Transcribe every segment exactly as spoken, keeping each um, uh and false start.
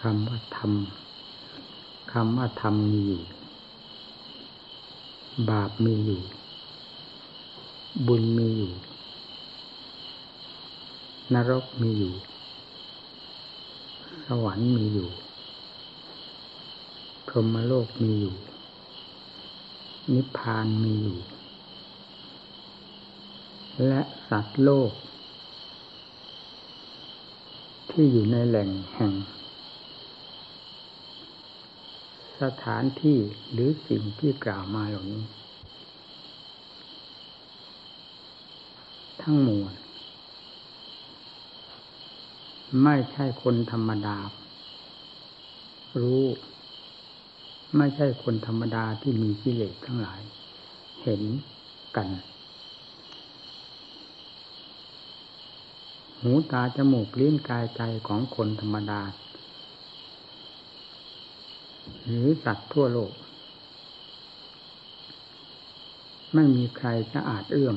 คำว่าธรรมคำว่าธรรมมีอยู่บาปมีอยู่บุญมีอยู่นรกมีอยู่สวรรค์มีอยู่พรหมโลกมีอยู่นิพพานมีอยู่และสัตว์โลกที่อยู่ในแหล่งแห่งสถานที่หรือสิ่งที่กล่าวมาเหล่านี้ทั้งมวลไม่ใช่คนธรรมดารู้ไม่ใช่คนธรรมดาที่มีกิเลสทั้งหลายเห็นกันหูตาจมูกลิ้นกายใจของคนธรรมดาหรือสัตว์ทั่วโลกไม่มีใครจะอาจเอื้อม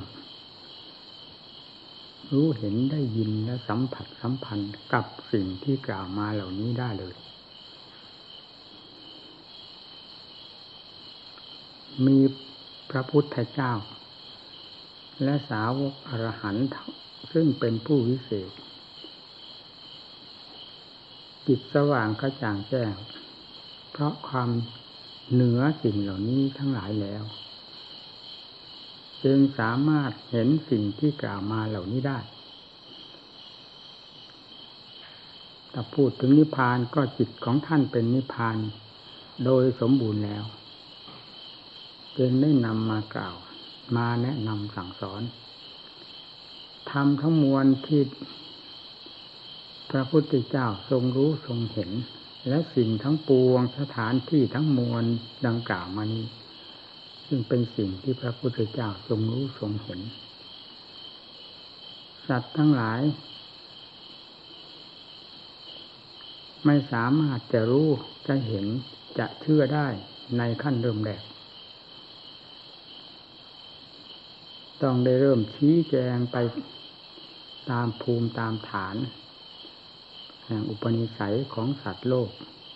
รู้เห็นได้ยินและสัมผัสสัมพันธ์กับสิ่งที่กล่าวมาเหล่านี้ได้เลยมีพระพุทธเจ้าและสาวกอรหันต์ซึ่งเป็นผู้วิเศษจิตสว่างกระจ่างแจ้งเพราะความเหนือสิ่งเหล่านี้ทั้งหลายแล้วจึงสามารถเห็นสิ่งที่กล่าวมาเหล่านี้ได้ถ้าพูดถึงนิพพานก็จิตของท่านเป็นนิพพานโดยสมบูรณ์แล้วจึงได้นำมากล่าวมาแนะนำสั่งสอนธรรมทั้งมวลที่พระพุทธเจ้าทรงรู้ทรงเห็นและสิ่งทั้งปวงสถานที่ทั้งมวลดังกล่าวมานี้ซึ่งเป็นสิ่งที่พระพุทธเจ้าทรงรู้ทรงเห็นสัตว์ทั้งหลายไม่สามารถจะรู้จะเห็นจะเชื่อได้ในขั้นเริ่มแรกต้องได้เริ่มชี้แจงไปตามภูมิตามฐานแห่งอุปนิสัยของสัตว์โลก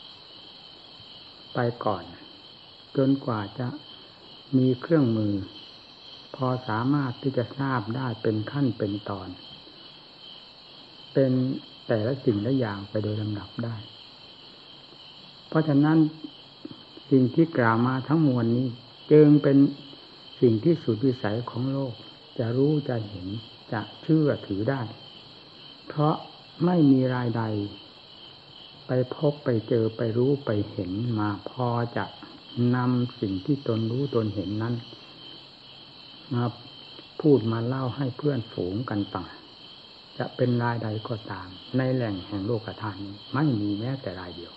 ไปก่อนจนกว่าจะมีเครื่องมือพอสามารถที่จะทราบได้เป็นขั้นเป็นตอนเป็นแต่ละสิ่งละอย่างไปโดยลำดับได้เพราะฉะนั้นสิ่งที่กล่าวมาทั้งมวลนี้จึงเป็นสิ่งที่สุดวิสัยของโลกจะรู้จะเห็นจะเชื่อถือได้เพราะไม่มีรายใดไปพบไปเจอไปรู้ไปเห็นมาพอจะนำสิ่งที่ตนรู้ตนเห็นนั้นมาพูดมาเล่าให้เพื่อนฝูงกันฟังจะเป็นรายใดก็ตามในแหล่งแห่งโลกธาตุนี้ไม่มีแม้แต่รายเดียว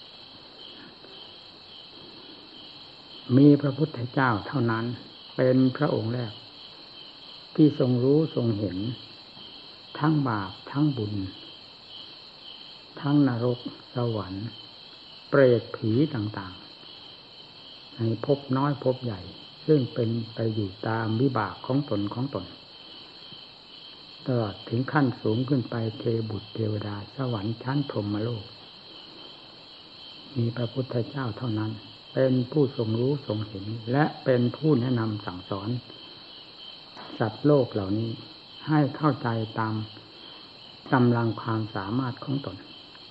มีพระพุทธเจ้าเท่านั้นเป็นพระองค์แรกที่ทรงรู้ทรงเห็นทั้งบาปทั้งบุญทั้งนรกสวรรค์เปรตผีต่างๆในภพน้อยภพใหญ่ซึ่งเป็นไปอยู่ตามวิบากของตนของตนตลอดถึงขั้นสูงขึ้นไปเทบุตรเทวดาสวรรค์ชั้นพรหมโลกมีพระพุทธเจ้าเท่านั้นเป็นผู้ทรงรู้ทรงเห็นและเป็นผู้แนะนำสั่งสอนสัตว์โลกเหล่านี้ให้เข้าใจตามกำลังความสามารถของตน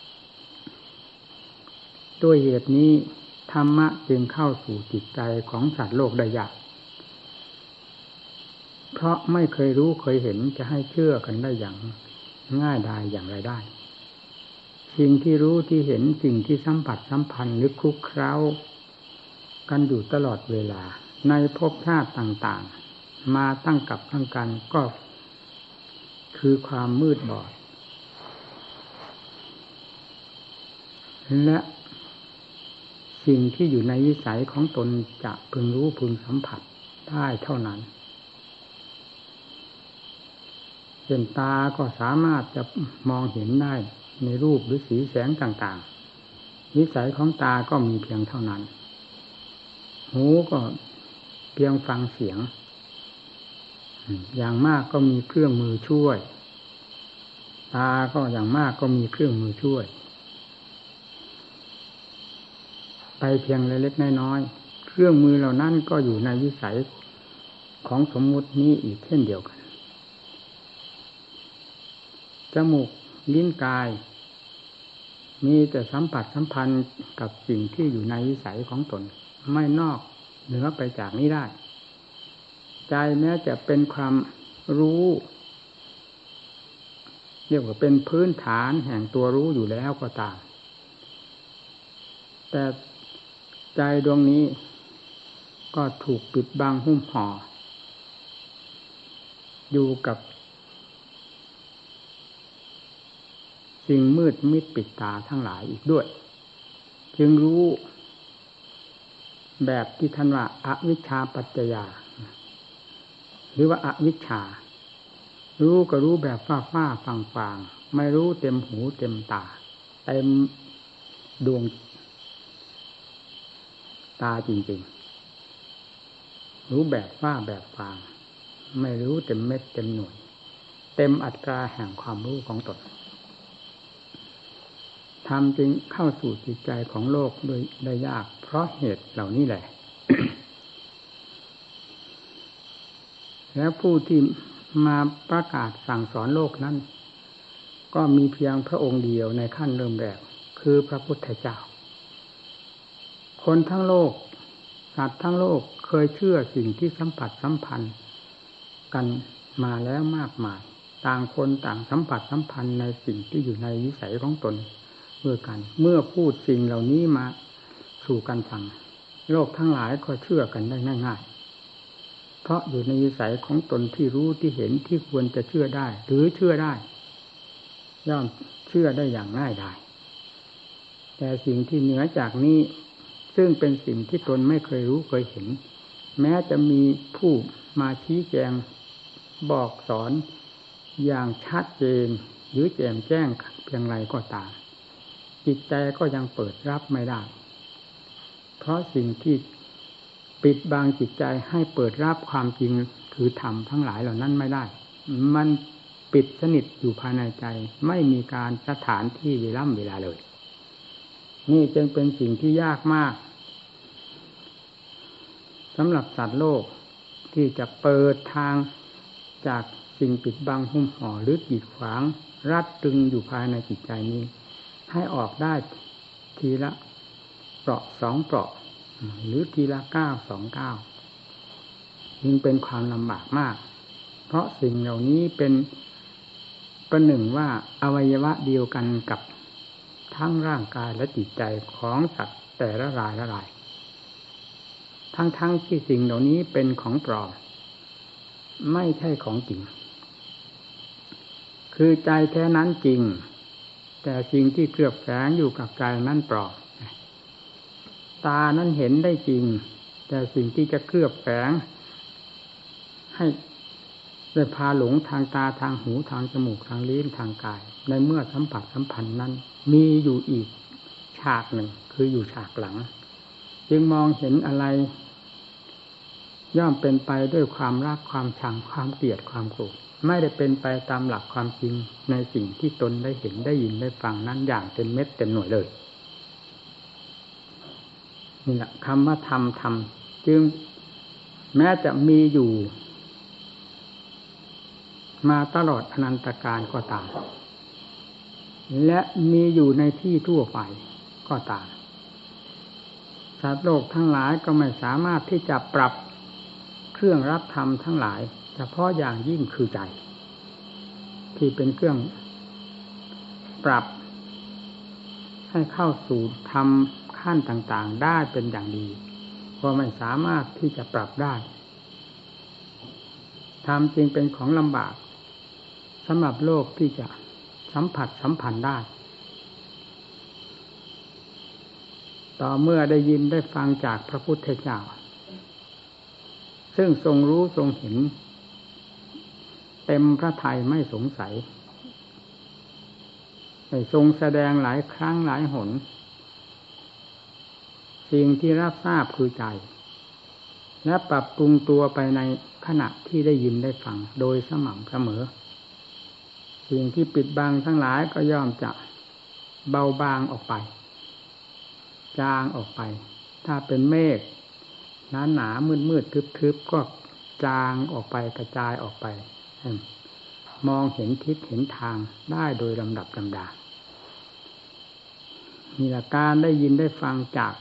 ด้วยเหตุนี้ธรรมะจึงเข้าสู่จิตใจของสัตว์โลกได้ยากเพราะไม่เคยรู้เคยเห็นจะให้เชื่อกันได้อย่างง่ายดายอย่างไรได้สิ่งที่รู้ที่เห็นสิ่งที่สัมผัสสัมพันธ์หรือคลุกเคล้ากันอยู่ตลอดเวลาในภพชาติต่างๆมาตั้งกับตั้งกันก็คือความมืดบอดและสิ่งที่อยู่ในวิสัยของตนจะพึงรู้พึงสัมผัสได้เท่านั้นเช่นตาก็สามารถจะมองเห็นได้ในรูปหรือสีแสงต่างๆวิสัยของตาก็มีเพียงเท่านั้นหูก็เพียงฟังเสียงอย่างมากก็มีเครื่องมือช่วยตาก็อย่างมากก็มีเครื่องมือช่วยไปเพียงเล็กๆน้อยๆเครื่องมือเหล่านั้นก็อยู่ในวิสัยของสมมุตินี้อีกเช่นเดียวกันจมูกลิ้นกายมีแต่สัมผัสสัมพันธ์กับสิ่งที่อยู่ในวิสัยของตนไม่นอกเหนือไปจากนี้ได้ใจแม้จะเป็นความรู้เรียกว่าเป็นพื้นฐานแห่งตัวรู้อยู่แล้วก็ตามแต่ใจดวงนี้ก็ถูกปิดบังหุ้มห่ออยู่กับสิ่งมืดมิดปิดตาทั้งหลายอีกด้วยจึงรู้แบบที่ท่านว่าอวิชชาปัจจยาหรือว่าอวิชชารู้ก็รู้แบบฟ้าฟ้าฟังฟังไม่รู้เต็มหูเต็มตาเต็มดวงตาจริงๆรู้แบบฟ้าแบบฟังไม่รู้เต็มเม็ดเต็มหน่วยเต็มอัตราแห่งความรู้ของตนทำจึงเข้าสู่จิตใจของโลกโดยได้ยากเพราะเหตุเหล่านี้แหละ แล้วผู้ที่มาประกาศสั่งสอนโลกนั้นก็มีเพียงพระองค์เดียวในขั้นเริ่มแรกคือพระพุทธเจ้าคนทั้งโลกสัตว์ทั้งโลกเคยเชื่อสิ่งที่สัมผัสสัมพันธ์กันมาแล้วมากมายต่างคนต่างสัมผัสสัมพันธ์ในสิ่งที่อยู่ในวิสัยของตนเมื่อกันเมื่อพูดสิ่งเหล่านี้มาสู่กันฟังโลกทั้งหลายก็เชื่อกันได้ง่ายๆเพราะอยู่ในวิสัยของตนที่รู้ที่เห็นที่ควรจะเชื่อได้หรือเชื่อได้ย่อมเชื่อได้อย่างง่ายดายแต่สิ่งที่เหนือจากนี้ซึ่งเป็นสิ่งที่ตนไม่เคยรู้เคยเห็นแม้จะมีผู้มาชี้แจงบอกสอนอย่างชัดเจนหรือแจ่มแจ้งเพียงไรก็ตามจิตใจก็ยังเปิดรับไม่ได้เพราะสิ่งที่ปิดบังจิตใจให้เปิดรับความจริงคือธรรมทั้งหลายเหล่านั้นไม่ได้มันปิดสนิทอยู่ภายในใจไม่มีการสถานที่เวลาเวลาเลยนี่จึงเป็นสิ่งที่ยากมากสำหรับสัตว์โลกที่จะเปิดทางจากสิ่งปิดบังหุ้มห่อหรือกีดขวางรัดตึงอยู่ภายในจิตใจนี้ให้ออกได้ทีละเปราะสองเปราะหรือทีละก้าวสองก้าวยิ่งเป็นความลำบากมากเพราะสิ่งเหล่านี้เป็นประหนึ่งว่าอวัยวะเดียวกันกับทั้งร่างกายและจิตใจของสัตว์แต่ละรายละรายทั้งๆที่สิ่งเหล่านี้เป็นของปลอมไม่ใช่ของจริงคือใจแท้นั้นจริงแต่สิ่งที่เคลือบแฝงอยู่กับใจนั้นปลอมตานั้นเห็นได้จริงแต่สิ่งที่จะเคลือบแฝงให้ได้พาหลงทางตาทางหูทางจมูกทางลิ้นทางกายในเมื่อสัมผัสสัมพันธ์นั้นมีอยู่อีกฉากหนึ่งคืออยู่ฉากหลังจึงมองเห็นอะไรย่อมเป็นไปด้วยความรักความชังความเกลียดความโกรธไม่ได้เป็นไปตามหลักความจริงในสิ่งที่ตนได้เห็นได้ยินได้ฟังนั้นอย่างเต็มเม็ดเต็มหน่วยเลยนี่แหละคำว่าธรรมธรรมจึงแม้จะมีอยู่มาตลอดอนันตกาลก็ตามและมีอยู่ในที่ทั่วไปก็ตามสัตว์โลกทั้งหลายก็ไม่สามารถที่จะปรับเครื่องรับธรรมทั้งหลายเฉพาะอย่างยิ่งคือใจที่เป็นเครื่องปรับให้เข้าสู่ธรรมขั้นต่างๆได้เป็นอย่างดีก็ไม่สามารถที่จะปรับได้ธรรมจึงเป็นของลำบากสำหรับโลกที่จะสัมผัสสัมพันธ์ได้ต่อเมื่อได้ยินได้ฟังจากพระพุทธเจ้าซึ่งทรงรู้ทรงเห็นเต็มพระทัยไม่สงสัยได้ทรงแสดงหลายครั้งหลายหนสิ่งที่รับทราบคือใจและปรับปรุงตัวไปในขณะที่ได้ยินได้ฟังโดยสม่ำเสมอสิ่งที่ปิดบังทั้งหลายก็ย่อมจะเบาบางออกไปจางออกไปถ้าเป็นเมฆหนาหนามืดมืดทึบทึบก็จางออกไปกระจายออกไปมองเห็นทิศเห็นทางได้โดยลำดับลำดามีหลักการได้ยินได้ฟังจาก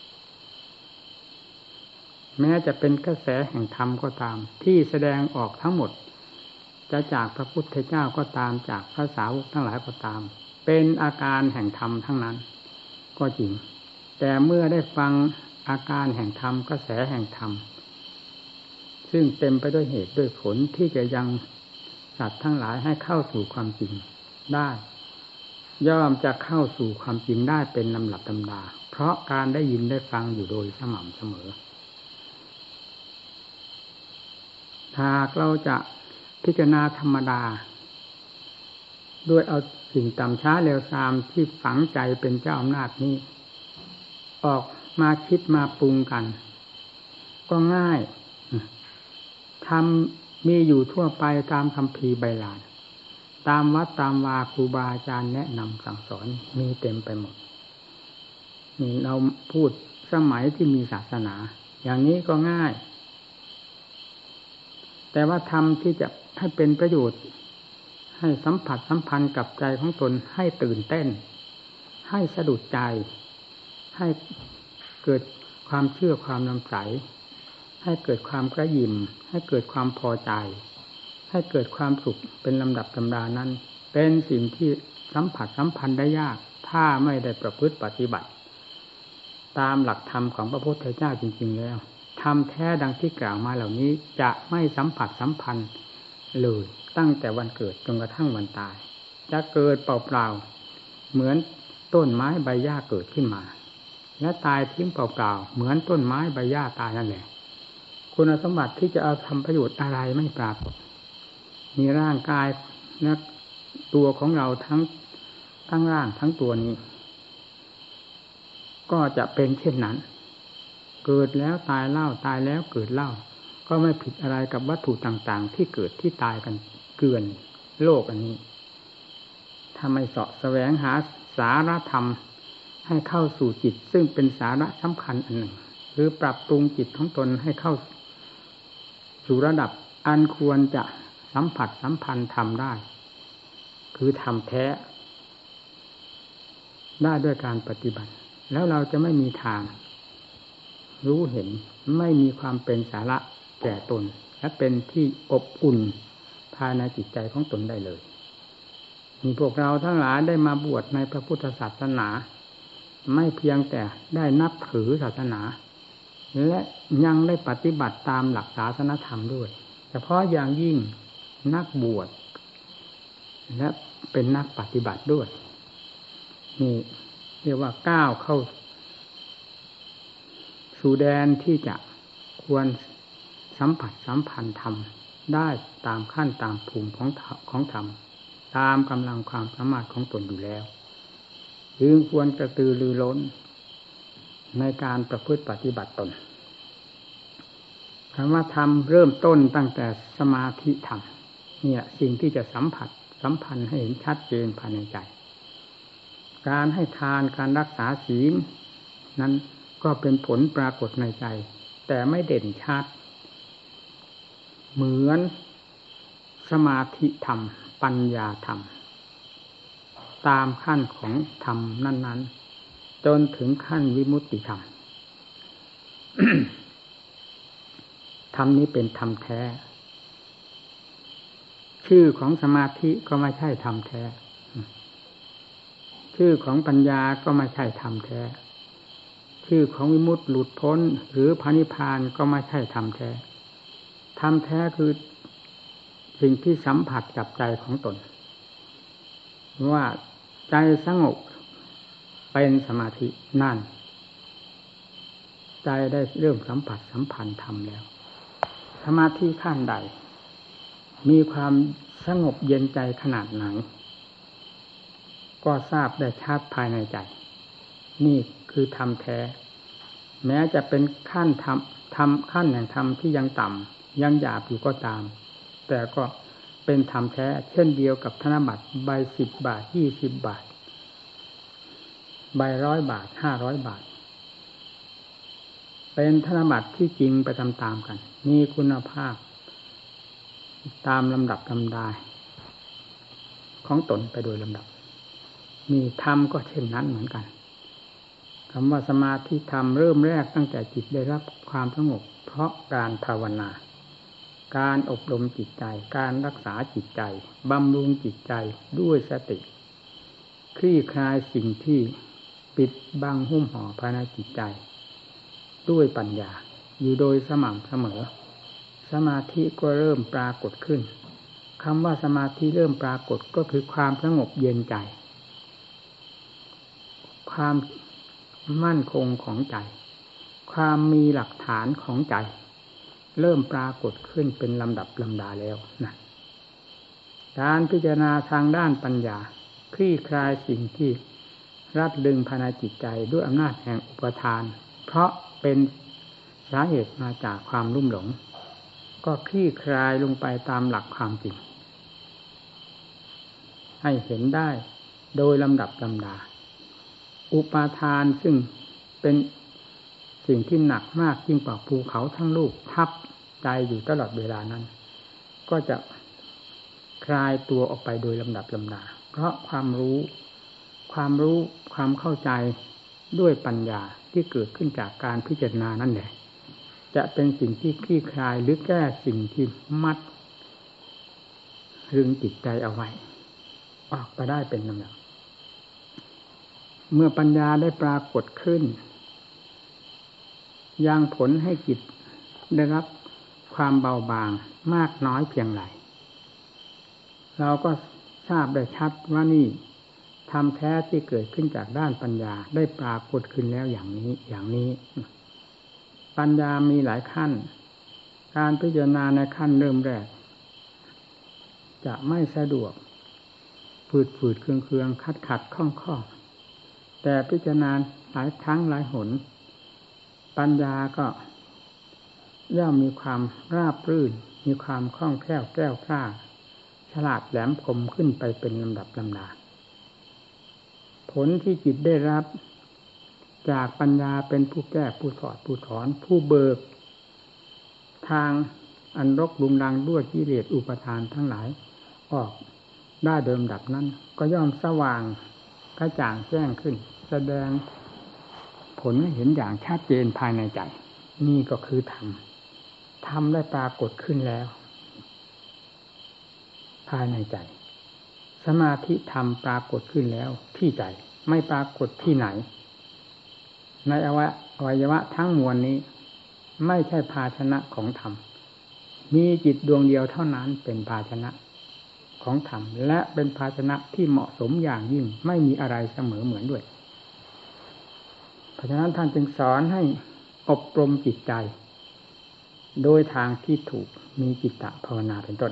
แม้จะเป็นกระแสแห่งธรรมก็ตามที่แสดงออกทั้งหมดจะจากพระพุทธเจ้าก็ตามจากพระสาวกทั้งหลายก็ตามเป็นอาการแห่งธรรมทั้งนั้นก็จริงแต่เมื่อได้ฟังอาการแห่งธรรมกระแสแห่งธรรมซึ่งเต็มไปด้วยเหตุด้วยผลที่จะยังสัตว์ทั้งหลายให้เข้าสู่ความจริงได้ย่อมจะเข้าสู่ความจริงได้เป็นลำดับลำดาเพราะการได้ยินได้ฟังอยู่โดยสม่ำเสมอหากเราจะพิจารณาธรรมดาด้วยเอาสิ่งต่ำช้าเร็วซามที่ฝังใจเป็นเจ้าอำนาจนี้ออกมาคิดมาปรุงกันก็ง่ายทำมีอยู่ทั่วไปตามคัมภีร์ไบลานตามวัดตามวาครูบาอาจารย์แนะนำสั่งสอนมีเต็มไปหมดนี่เราพูดสมัยที่มีศาสนาอย่างนี้ก็ง่ายแต่ว่าธรรมที่จะให้เป็นประโยชน์ให้สัมผัสสัมพันธ์กับใจของตนให้ตื่นเต้นให้สะดุดใจให้เกิดความเชื่อความนำใสให้เกิดความกระยิมให้เกิดความพอใจให้เกิดความสุขเป็นลำดับลำดานั้นเป็นสิ่งที่สัมผัสสัมพันธ์ได้ยากถ้าไม่ได้ประพฤติปฏิบัติตามหลักธรรมของพระพุทธเจ้าจริงๆแล้วธรรมแท้ดังที่กล่าวมาเหล่านี้จะไม่สัมผัสสัมพันธ์เลยตั้งแต่วันเกิดจนกระทั่งวันตายจะเกิดเปล่าๆเหมือนต้นไม้ใบหญ้าเกิดขึ้นมาและตายทิ้งเปล่าๆเหมือนต้นไม้ใบหญ้าตายนั่นแหละคุณสมบัติที่จะเอาทำประโยชน์อะไรไม่ปรากฏมีร่างกายและตัวของเราทั้งทั้งร่างทั้งตัวนี้ก็จะเป็นเช่นนั้นเกิดแล้วตายเล่าตายแล้วเกิดเล่าก็ไม่ผิดอะไรกับวัตถุต่างๆที่เกิดที่ตายกันเกลื่อนโลกอันนี้ถ้าไม่เสาะแสวงหาสาระธรรมให้เข้าสู่จิตซึ่งเป็นสาระสำคัญอันหนึ่งหรือปรับปรุงจิตของตนให้เข้าสู่ระดับอันควรจะสัมผัสสัมพันธ์ทำได้คือทำแท้ได้ด้วยการปฏิบัติแล้วเราจะไม่มีทางรู้เห็นไม่มีความเป็นสาระแก่ตนและเป็นที่อบอุ่นภายในจิตใจของตนได้เลยมีพวกเราทั้งหลายได้มาบวชในพระพุทธศาสนาไม่เพียงแต่ได้นับถือศาสนาและยังได้ปฏิบัติตามหลักศาสนธรรมด้วยเฉพาะอย่างยิ่งนักบวชและเป็นนักปฏิบัติด้วยนี่เรียกว่าก้าวเข้าสู่แดนที่จะควรสัมผัสสัมพันธ์ธรรมได้ตามขั้นตามภูมิของของธรรมตามกำลังความสามารถของตนอยู่แล้วจึงควรกระตือรือร้นในการประพฤติปฏิบัติตนคำว่าธรรมเริ่มต้นตั้งแต่สมาธิธรรมเนี่ยสิ่งที่จะสัมผัสสัมพันธ์ให้เห็นชัดเจนภายในใจการให้ทานการรักษาศีลนั้นก็เป็นผลปรากฏในใจแต่ไม่เด่นชัดเหมือนสมาธิธรรมปัญญาธรรมตามขั้นของธรรมนั้นๆจนถึงขั้นวิมุตติธรรม ธรรมนี้เป็นธรรมแท้ชื่อของสมาธิก็ไม่ใช่ธรรมแท้ชื่อของปัญญาก็ไม่ใช่ธรรมแท้ชื่อของวิมุตติหลุดพ้นหรือพระนิพพานก็ไม่ใช่ธรรมแท้ธรรมแท้คือสิ่งที่สัมผัสกับใจของตนว่าใจสงบเป็นสมาธินั่นใจได้เริ่มสัมผัสสัมพันธ์ธรรมแล้วสมาธิขั้นใดมีความสงบเย็นใจขนาดไหนก็ทราบได้ชัดภายในใจนี่คือธรรมแท้แม้จะเป็นขั้นธรรมธรรมขั้นแห่งธรรมที่ยังต่ำยังหยาบอยู่ก็ตามแต่ก็เป็นธรรมแท้เช่นเดียวกับธนบัตรใบสิบบาทยี่สิบบาทใบร้อยบาทห้าร้อยบาทเป็นธนบัตรที่จริงไปตามๆกันมีคุณภาพตามลำดับลำดาของตนไปโดยลำดับมีธรรมก็เช่นนั้นเหมือนกันคำว่าสมาธิธรรมเริ่มแรกตั้งแต่จิตได้รับความสงบเพราะการภาวนาการอบรมจิตใจการรักษาจิตใจบำรุงจิตใจด้วยสติคลี่คลายสิ่งที่ปิดบังหุ้มห่อภายในจิตใจด้วยปัญญาอยู่โดยสม่ำเสมอสมาธิก็เริ่มปรากฏขึ้นคำว่าสมาธิเริ่มปรากฏก็คือความสงบเย็นใจความมั่นคงของใจความมีหลักฐานของใจเริ่มปรากฏขึ้นเป็นลำดับลำดาแล้วนะการพิจารณาทางด้านปัญญาคลี่คลายสิ่งที่รัดลึงภายในจิตใจด้วยอำนาจแห่งอุปทานเพราะเป็นสาเหตุมาจากความลุ่มหลงก็คลี่คลายลงไปตามหลักความจริงให้เห็นได้โดยลำดับลำดาอุปาทานซึ่งเป็นสิ่งที่หนักมากยิ่งกว่าภูเขาทั้งลูกทับใจอยู่ตลอดเวลานั้นก็จะคลายตัวออกไปโดยลำดับลำดาเพราะความรู้ความรู้ความเข้าใจด้วยปัญญาที่เกิดขึ้นจากการพิจารณานั่นแหละจะเป็นสิ่งที่คลี่คลายหรือแก้สิ่งที่มัดรึงจิตใจเอาไว้ออกไปได้เป็นลำดับเมื่อปัญญาได้ปรากฏขึ้นยังผลให้จิตได้รับความเบาบางมากน้อยเพียงไรเราก็ทราบได้ชัดว่านี่ธรรมแท้ที่เกิดขึ้นจากด้านปัญญาได้ปรากฏขึ้นแล้วอย่างนี้อย่างนี้ปัญญามีหลายขั้นการพิจารณาในขั้นเริ่มแรกจะไม่สะดวกฝืดฝืดเคืองเคืองขัดขัดข้องข้องแต่พิจารณาหลายครั้งหลายหนปัญญาก็ย่อมมีความราบรื่นมีความคล่องแคล่วแกล้วกล้าฉลาดแหลมคมขึ้นไปเป็นลำดับลำดาผลที่จิตได้รับจากปัญญาเป็นผู้แก้ผู้ถอดผู้ถอนผู้เบิกทางอันรกรุงรังด้วยกิเลสอุปทานทั้งหลายออกได้โดยลำดับนั้นก็ย่อมสว่างกระจ่างแจ้งขึ้นแสดงผลให้เห็นอย่างชัดเจนภายในใจนี่ก็คือธรรมธรรมได้ปรากฏขึ้นแล้วภายในใจสมาธิธรรมปรากฏขึ้นแล้วที่ใจไม่ปรากฏที่ไหนในอวัยวะทั้งมวลนี้ไม่ใช่ภาชนะของธรรมมีจิตดวงเดียวเท่านั้นเป็นภาชนะของธรรมและเป็นภาชนะที่เหมาะสมอย่างยิ่งไม่มีอะไรเสมอเหมือนด้วยเพราะฉะนั้นท่านจึงสอนให้อบรมจิตใจโดยทางที่ถูกมีจิตตภาวนาเป็นต้น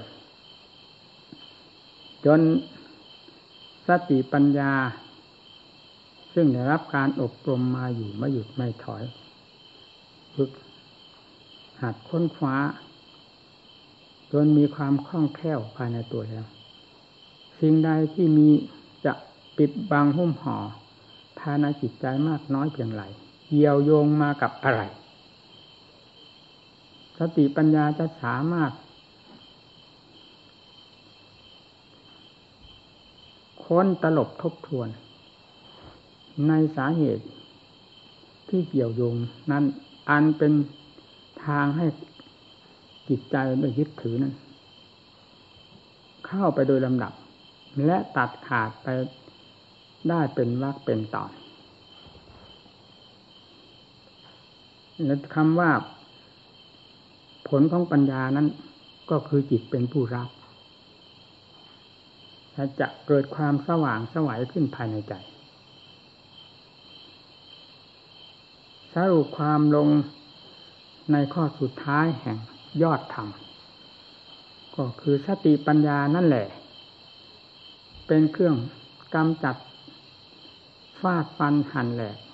จนสติปัญญาซึ่งได้รับการอบรมมาอยู่ไม่หยุดไม่ถอยฝึกหัดค้นคว้าจนมีความคล่องแคล่วภายในตัวแล้วสิ่งใดที่มีจะปิดบังหุ้มห่อภายในจิตใจมากน้อยเพียงไรเกี่ยวโยงมากับอะไรสติปัญญาจะสามารถค้นตลบทบทวนในสาเหตุที่เกี่ยวโยงนั้นอันเป็นทางให้จิตใจไม่ยึดถือนั้นเข้าไปโดยลำดับและตัดขาดไปได้เป็นวรรคเป็นตอนและคำว่าผลของปัญญานั้นก็คือจิตเป็นผู้รับและจะเกิดความสว่างไสวขึ้นภายในใจสรุปความลงในข้อสุดท้ายแห่งยอดธรรมก็คือสติปัญญานั่นแหละเป็นเครื่องกำจัดฟาดฟันหั่นแหลก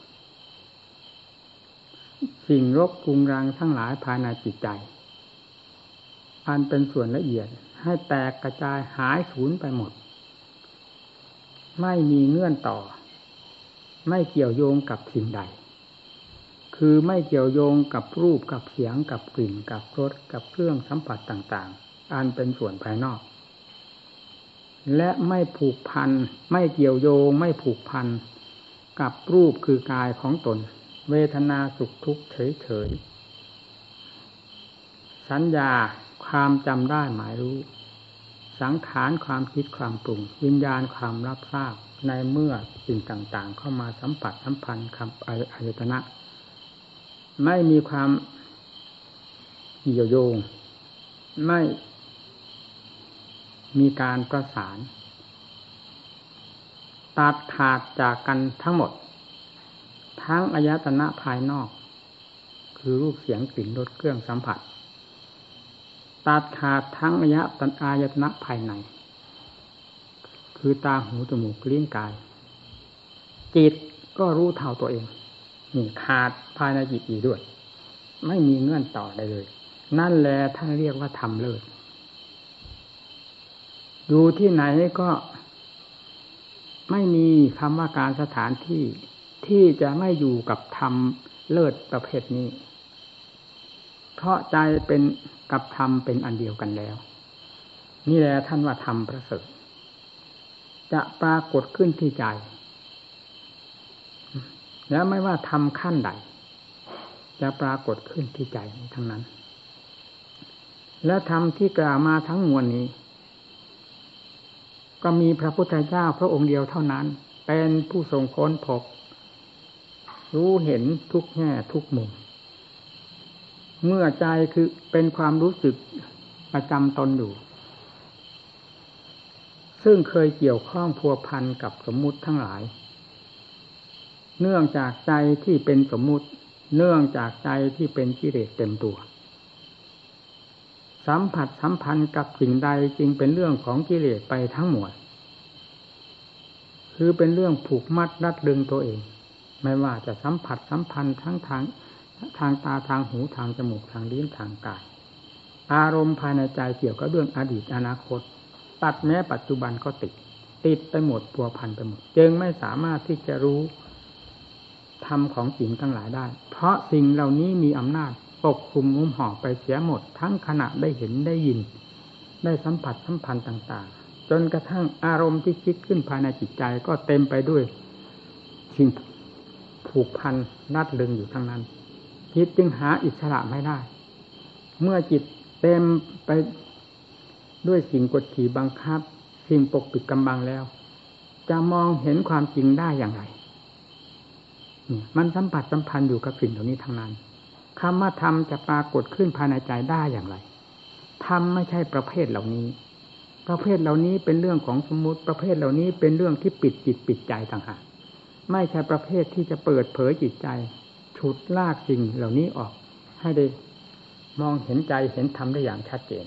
สิ่งรบกรุงรังทั้งหลายภายในจิตใจอันเป็นส่วนละเอียดให้แตกกระจายหายสูญไปหมดไม่มีเงื่อนต่อไม่เกี่ยวโยงกับสิ่งใดคือไม่เกี่ยวโยงกับรูปกับเสียงกับกลิ่นกับรสกับเครื่องสัมผัสต่างๆอันเป็นส่วนภายนอกและไม่ผูกพันไม่เกี่ยวโยงไม่ผูกพันกับรูปคือกายของตนเวทนาสุขทุกข์เฉยๆสัญญาความจำได้หมายรู้สังขารความคิดความปรุงวิญญาณความรับทราบในเมื่อสิ่งต่างๆเข้ามาสัมผัสสัมพันธ์กับอายตนะไม่มีความเกี่ยวโยงไม่มีการประสานตัดขาดจากกันทั้งหมดทั้งอายตนะภายนอกคือรูปเสียงกลิ่นรสเครื่องสัมผัสตัดขาดทั้งอายตนะอายตนะภายในคือตาหูจมูกลิ้นกายจิตก็รู้เท่าตัวเองนี่ขาดภายในจิตอีกด้วยไม่มีเงื่อนต่อได้เลยนั่นแหละท่านเรียกว่าธรรมเลิศอยู่ที่ไหนก็ไม่มีคำว่าการสถานที่ที่จะไม่อยู่กับธรรมเลิศประเภทนี้เพราะใจเป็นกับธรรมเป็นอันเดียวกันแล้วนี่แหละท่านว่าธรรมประเสริฐจะปรากฏขึ้นที่ใจแล้วไม่ว่าธรรมขั้นใดจะปรากฏขึ้นที่ใจทั้งนั้นและธรรมที่กล่าวมาทั้งมวลนี้ก็มีพระพุทธเจ้าพระองค์เดียวเท่านั้นเป็นผู้ทรงค้นพบรู้เห็นทุกแง่ทุกมุมเมื่อใจคือเป็นความรู้สึกประจำตนอยู่ซึ่งเคยเกี่ยวข้องพัวพันกับสมมุติทั้งหลายเนื่องจากใจที่เป็นสมมุติเนื่องจากใจที่เป็นกิเลสเต็มตัวสัมผัสสัมพันธ์กับสิ่งใดจึงเป็นเรื่องของกิเลสไปทั้งหมดคือเป็นเรื่องผูกมัดรัดดึงตัวเองไม่ว่าจะสัมผัสสัมพันธ์ทั้งทางทางตาทางหูทางจมูกทางลิ้นทางกายอารมณ์ภายในใจเกี่ยวกับเรื่องอดีตอนาคตตัดแม้ปัจจุบันก็ติดติดไปหมดพัวพันไปหมดจึงไม่สามารถที่จะรู้ธรรมของสิ่งทั้งหลายได้เพราะสิ่งเหล่านี้มีอำนาจปกคลุมหุ้มห่อไปเสียหมดทั้งขณะได้เห็นได้ยินได้สัมผัสสัมพันธ์ต่างๆจนกระทั่งอารมณ์ที่คิดขึ้นภายในจิตใจก็เต็มไปด้วยสิ่งผูกพันรัดลึงอยู่ทั้งนั้นจิตจึงหาอิสระไม่ได้เมื่อจิตเต็มไปด้วยสิ่งกดขี่บังคับสิ่งปกปิดกำบังแล้วจะมองเห็นความจริงได้อย่างไรมันสัมผัสสัมพันธ์อยู่กับสิ่งเหล่านี้ทั้งนั้นคำว่าธรรมจะปรากฏขึ้นภายในใจได้อย่างไรธรรมไม่ใช่ประเภทเหล่านี้ประเภทเหล่านี้เป็นเรื่องของสมมุติประเภทเหล่านี้เป็นเรื่องที่ปิดจิตปิดใจต่างหากไม่ใช่ประเภทที่จะเปิดเผยจิตใจฉุดลากสิ่งเหล่านี้ออกให้ได้มองเห็นใจเห็นธรรมได้อย่างชัดเจน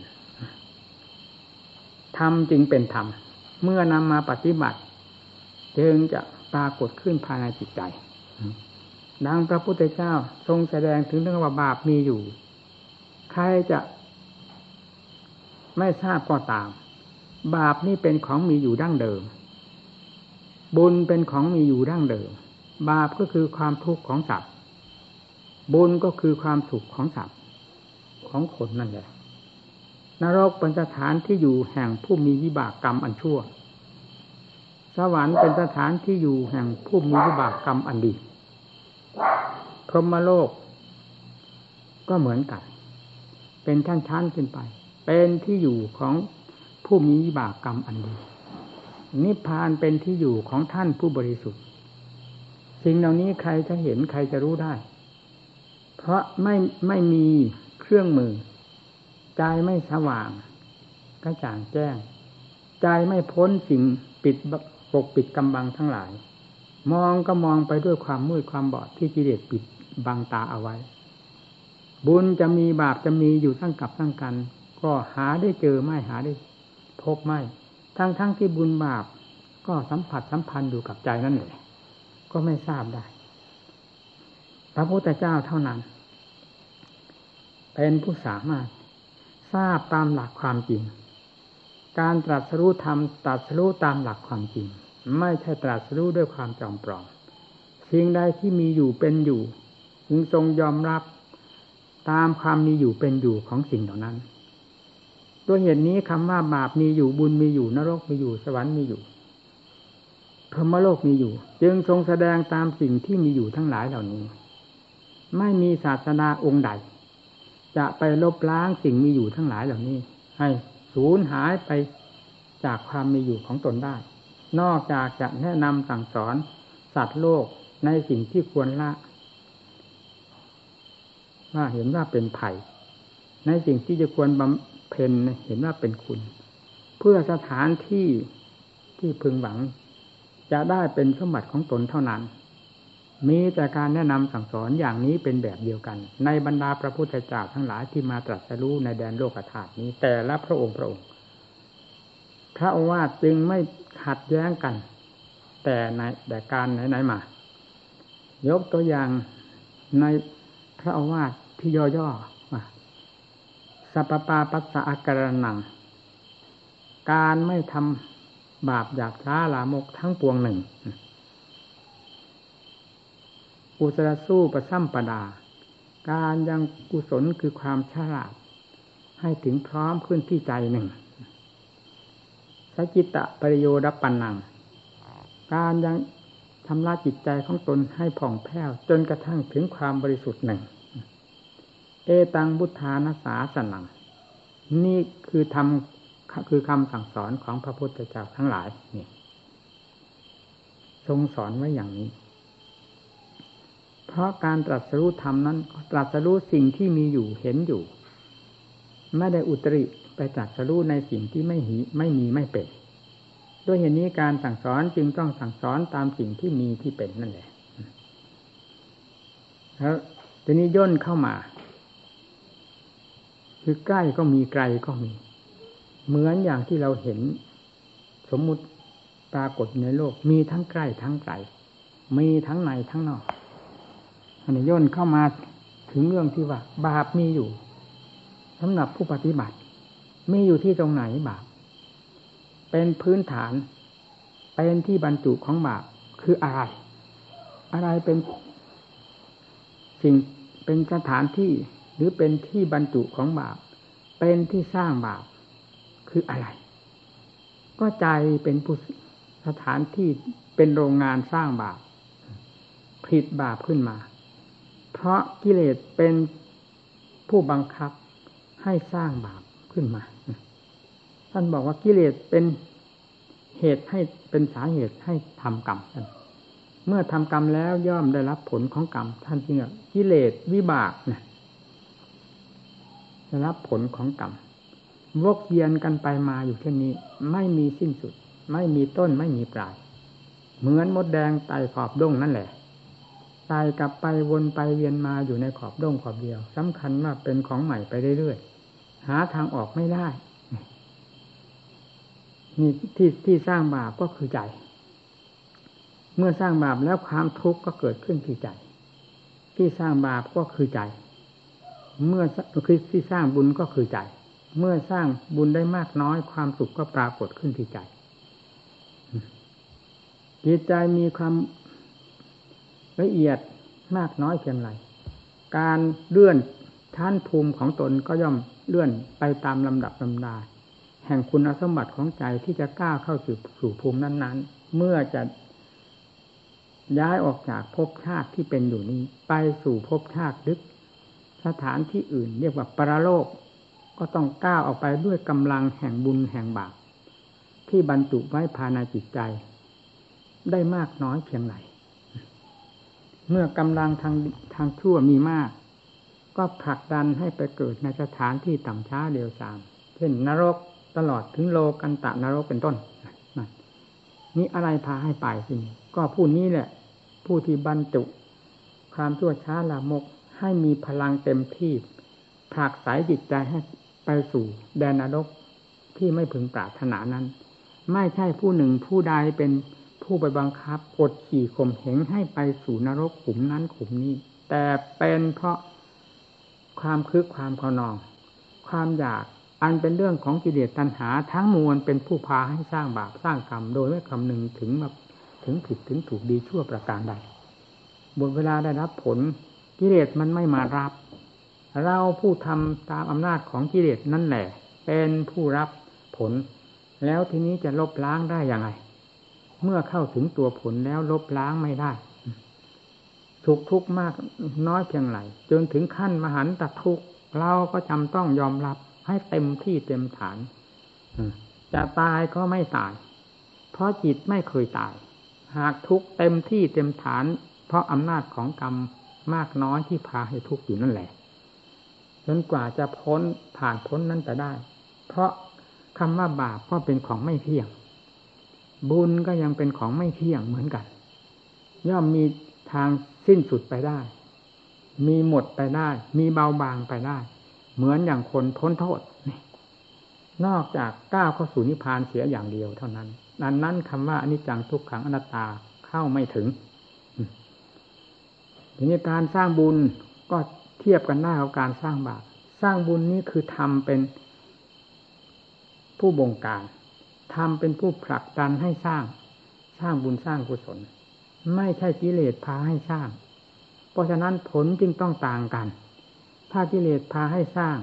ธรรมจึงเป็นธรรมเมื่อนำมาปฏิบัติจึงจะปรากฏขึ้นภายในจิตใจดังพระพุทธเจ้าทรงแสดงถึงเรื่องว่าบาปมีอยู่ใครจะไม่ทราบก็ตามบาปนี่เป็นของมีอยู่ดั้งเดิมบุญเป็นของมีอยู่ดั้งเดิมบาปก็คือความทุกข์ของสัตว์บุญก็คือความสุขของสัตว์ของคนนั่นแหละนรกเป็นสถานที่อยู่แห่งผู้มีวิบากกรรมอันชั่วสวรรค์เป็นสถานที่อยู่แห่งผู้มีวิบากกรรมอันดีพรหมโลกก็เหมือนกันเป็นชั้นๆขึ้นไปเป็นที่อยู่ของผู้มีวิบากกรรมอันดีนิพพานเป็นที่อยู่ของท่านผู้บริสุทธิ์สิ่งเหล่านี้ใครจะเห็นใครจะรู้ได้เพราะไม่ไม่มีเครื่องมือใจไม่สว่างกระจ่างแจ้งใจไม่พ้นสิ่งปิดปกปิดกำบังทั้งหลายมองก็มองไปด้วยความมืดความบอดที่กิเลสปิดบังตาเอาไว้บุญจะมีบาปจะมีอยู่ทั้งกับทั้งกันก็หาได้เจอไม่หาได้พบไม่ทั้งทั้งที่บุญบาปก็สัมผัสสัมพันธ์อยู่กับใจนั่นแหละก็ไม่ทราบได้พระพุทธเจ้าเท่านั้นเป็นผู้สามารถทราบตามหลักความจริงการตรัสรู้ธรรมตรัสรู้ตามหลักความจริงไม่ใช่ตรัสรู้ด้วยความจอมปลอมสิ่งใดที่มีอยู่เป็นอยู่จึงทรงยอมรับตามความมีอยู่เป็นอยู่ของสิ่งเหล่านั้นด้วยเหตุนี้คำว่าบาปมีอยู่บุญมีอยู่นรกมีอยู่สวรรค์มีอยู่พรหมโลกมีอยู่จึงทรงแสดงตามสิ่งที่มีอยู่ทั้งหลายเหล่านี้ไม่มีศาสดาองค์ใดจะไปลบล้างสิ่งมีอยู่ทั้งหลายเหล่านี้ให้สูญหายไปจากความมีอยู่ของตนได้นอกจากจะแนะนำสั่งสอนสัตว์โลกในสิ่งที่ควรละว่าเห็นว่าเป็นภัยในสิ่งที่จะควรบำเพ็ญเห็นว่าเป็นคุณเพื่อสถานที่ที่พึงหวังจะได้เป็นสมบัติของตนเท่านั้นมีแต่การแนะนำสั่งสอนอย่างนี้เป็นแบบเดียวกันในบรรดาพระพุทธเจ้าทั้งหลายที่มาตรัสรู้ในแดนโลกธาตุนี้แต่ละพระองค์พระองค์พระโอวาทจึงไม่ขัดแย้งกันแต่ในแต่การไหนๆมายกตัวอย่างในพระโอวาทที่ย่อๆว่าสัพพปาปัสสะอาการนังการไม่ทำบาปหยาบช้าลามกทั้งปวงหนึ่งกุศลสู้ประซัมปดาการยังกุศลคือความฉลาดให้ถึงพร้อมขึ้นที่ใจหนึ่งสัจจิตะปริโยดัปปันนังการยังชำระจิตใจของตนให้ผ่องแผ้วจนกระทั่งถึงความบริสุทธิ์หนึ่งเอตังบุทธานาสาสนังนี่คือทำคือคำสั่งสอนของพระพุทธเจ้าทั้งหลายนี่ทรงสอนไว้อย่างนี้เพราะการตรัสรู้ธรรมนั้นตรัสรู้สิ่งที่มีอยู่เห็นอยู่ไม่ได้อุตริไปตรัสรู้ในสิ่งที่ไม่หีไม่มีไม่เป็นด้วยเหตุนี้การสั่งสอนจึงต้องสั่งสอนตามสิ่งที่มีที่เป็นนั่นแหละแล้วทีนี้ย่นเข้ามาคือใกล้ก็มีไกลก็มีเหมือนอย่างที่เราเห็นสมมุติปรากฏในโลกมีทั้งใกล้ทั้งไกลมีทั้งในทั้งนอกอันนี้ย่นเข้ามาถึงเรื่องที่ว่าบาปมีอยู่สำหรับผู้ปฏิบัติมีอยู่ที่ตรงไหนบาปเป็นพื้นฐานเป็นที่บรรจุของบาปคืออะไรอะไรเป็นสิ่งเป็นสถานที่หรือเป็นที่บรรจุของบาปเป็นที่สร้างบาปคืออะไรก็ใจเป็นผู้สถานที่เป็นโรงงานสร้างบาปผลิตบาปขึ้นมาเพราะกิเลสเป็นผู้บังคับให้สร้างบาปขึ้นมาท่านบอกว่ากิเลสเป็นเหตุให้เป็นสาเหตุให้ทำกรรมเมื่อทำกรรมแล้วย่อมได้รับผลของกรรมท่านจึงเรียกกิเลสวิบากนะได้รับผลของกรรมวกเวียนกันไปมาอยู่เช่นนี้ไม่มีสิ้นสุดไม่มีต้นไม่มีปลายเหมือนมดแดงไต่ขอบด้งนั่นแหละไต่กลับไปวนไปเวียนมาอยู่ในขอบด้งขอบเดียวสำคัญว่าเป็นของใหม่ไปเรื่อยๆหาทางออกไม่ได้นี่ที่ที่สร้างบาปก็คือใจเมื่อสร้างบาปแล้วความทุกข์ก็เกิดขึ้นที่ใจที่สร้างบาปก็คือใจเมื่อคือที่สร้างบุญก็คือใจเมื่อสร้างบุญได้มากน้อยความสุขก็ปรากฏขึ้นที่ใจจิตใจมีความละเอียดมากน้อยเพียงไรการเลื่อนชั้นภูมิของตนก็ย่อมเลื่อนไปตามลำดับลำดาแห่งคุณสมบัติของใจที่จะก้าวเข้าสู่สู่ภูมินั้นๆเมื่อจะย้ายออกจากภพชาติที่เป็นอยู่นี้ไปสู่ภพชาติลึกสถานที่อื่นเรียกว่าปรโลกก็ต้องก้าวออกไปด้วยกำลังแห่งบุญแห่งบาปที่บรรจุไว้ภายในจิตใจได้มากน้อยเพียงไรเมื่อกำลังทางทางชั่วมีมากก็ผลักดันให้ไปเกิดในสถานที่ต่ำช้าเร็วทรามเช่นนรกตลอดถึงโลกันตะนรกเป็นต้นนี่อะไรพาให้ไปสิก็ผู้นี้แหละผู้ที่บรรจุความชั่วช้าลามกให้มีพลังเต็มที่ผลักไสจิตใจให้ไปสู่แดนนรกที่ไม่พึงปรารถนานั้นไม่ใช่ผู้หนึ่งผู้ใดเป็นผู้ไปบังคับกดขี่ข่มเหงให้ไปสู่นรกขุมนั้นขุมนี้แต่เป็นเพราะความคึกความขนองความอยากอันเป็นเรื่องของกิเลสตัณหาทั้งมวลเป็นผู้พาให้สร้างบาปสร้างกรรมโดยไม่คำนึงถึงมาถึงผิดถึงถูกดีชั่วประการใดบนเวลาได้รับผลกิเลสมันไม่มารับเราผู้ทำตามอำนาจของกิเลสนั่นแหละเป็นผู้รับผลแล้วทีนี้จะลบล้างได้อย่างไรเมื่อเข้าถึงตัวผลแล้วลบล้างไม่ได้ทุกทุกข์มากน้อยเพียงไรจนถึงขั้นมหันตทุกข์เราก็จำต้องยอมรับให้เต็มที่เต็มฐานจะตายก็ไม่ตายเพราะจิตไม่เคยตายหากทุกข์เต็มที่เต็มฐานเพราะอำนาจของกรรมมากน้อยที่พาให้ทุกข์อยู่นั่นแหละจนกว่าจะพ้นผ่านพ้นนั้นจะได้เพราะคำว่าบาปก็เป็นของไม่เที่ยงบุญก็ยังเป็นของไม่เที่ยงเหมือนกันย่อมมีทางสิ้นสุดไปได้มีหมดไปได้มีเบาบางไปได้เหมือนอย่างคนพ้นโทษนี่นอกจากก้าวเข้าสู่นิพพานเสียอย่างเดียวเท่านั้นดังนั้นคำว่าอนิจจังทุกขังอนัตตาเข้าไม่ถึงทีนี้การสร้างบุญก็เทียบกันได้กับการสร้างบาปสร้างบุญนี้คือทำเป็นผู้บงการทำเป็นผู้ผลักดันให้สร้างสร้างบุญสร้างกุศลไม่ใช่กิเลสพาให้สร้างเพราะฉะนั้นผลจึงต้องต่างกันถ้ากิเลสพาให้สร้าง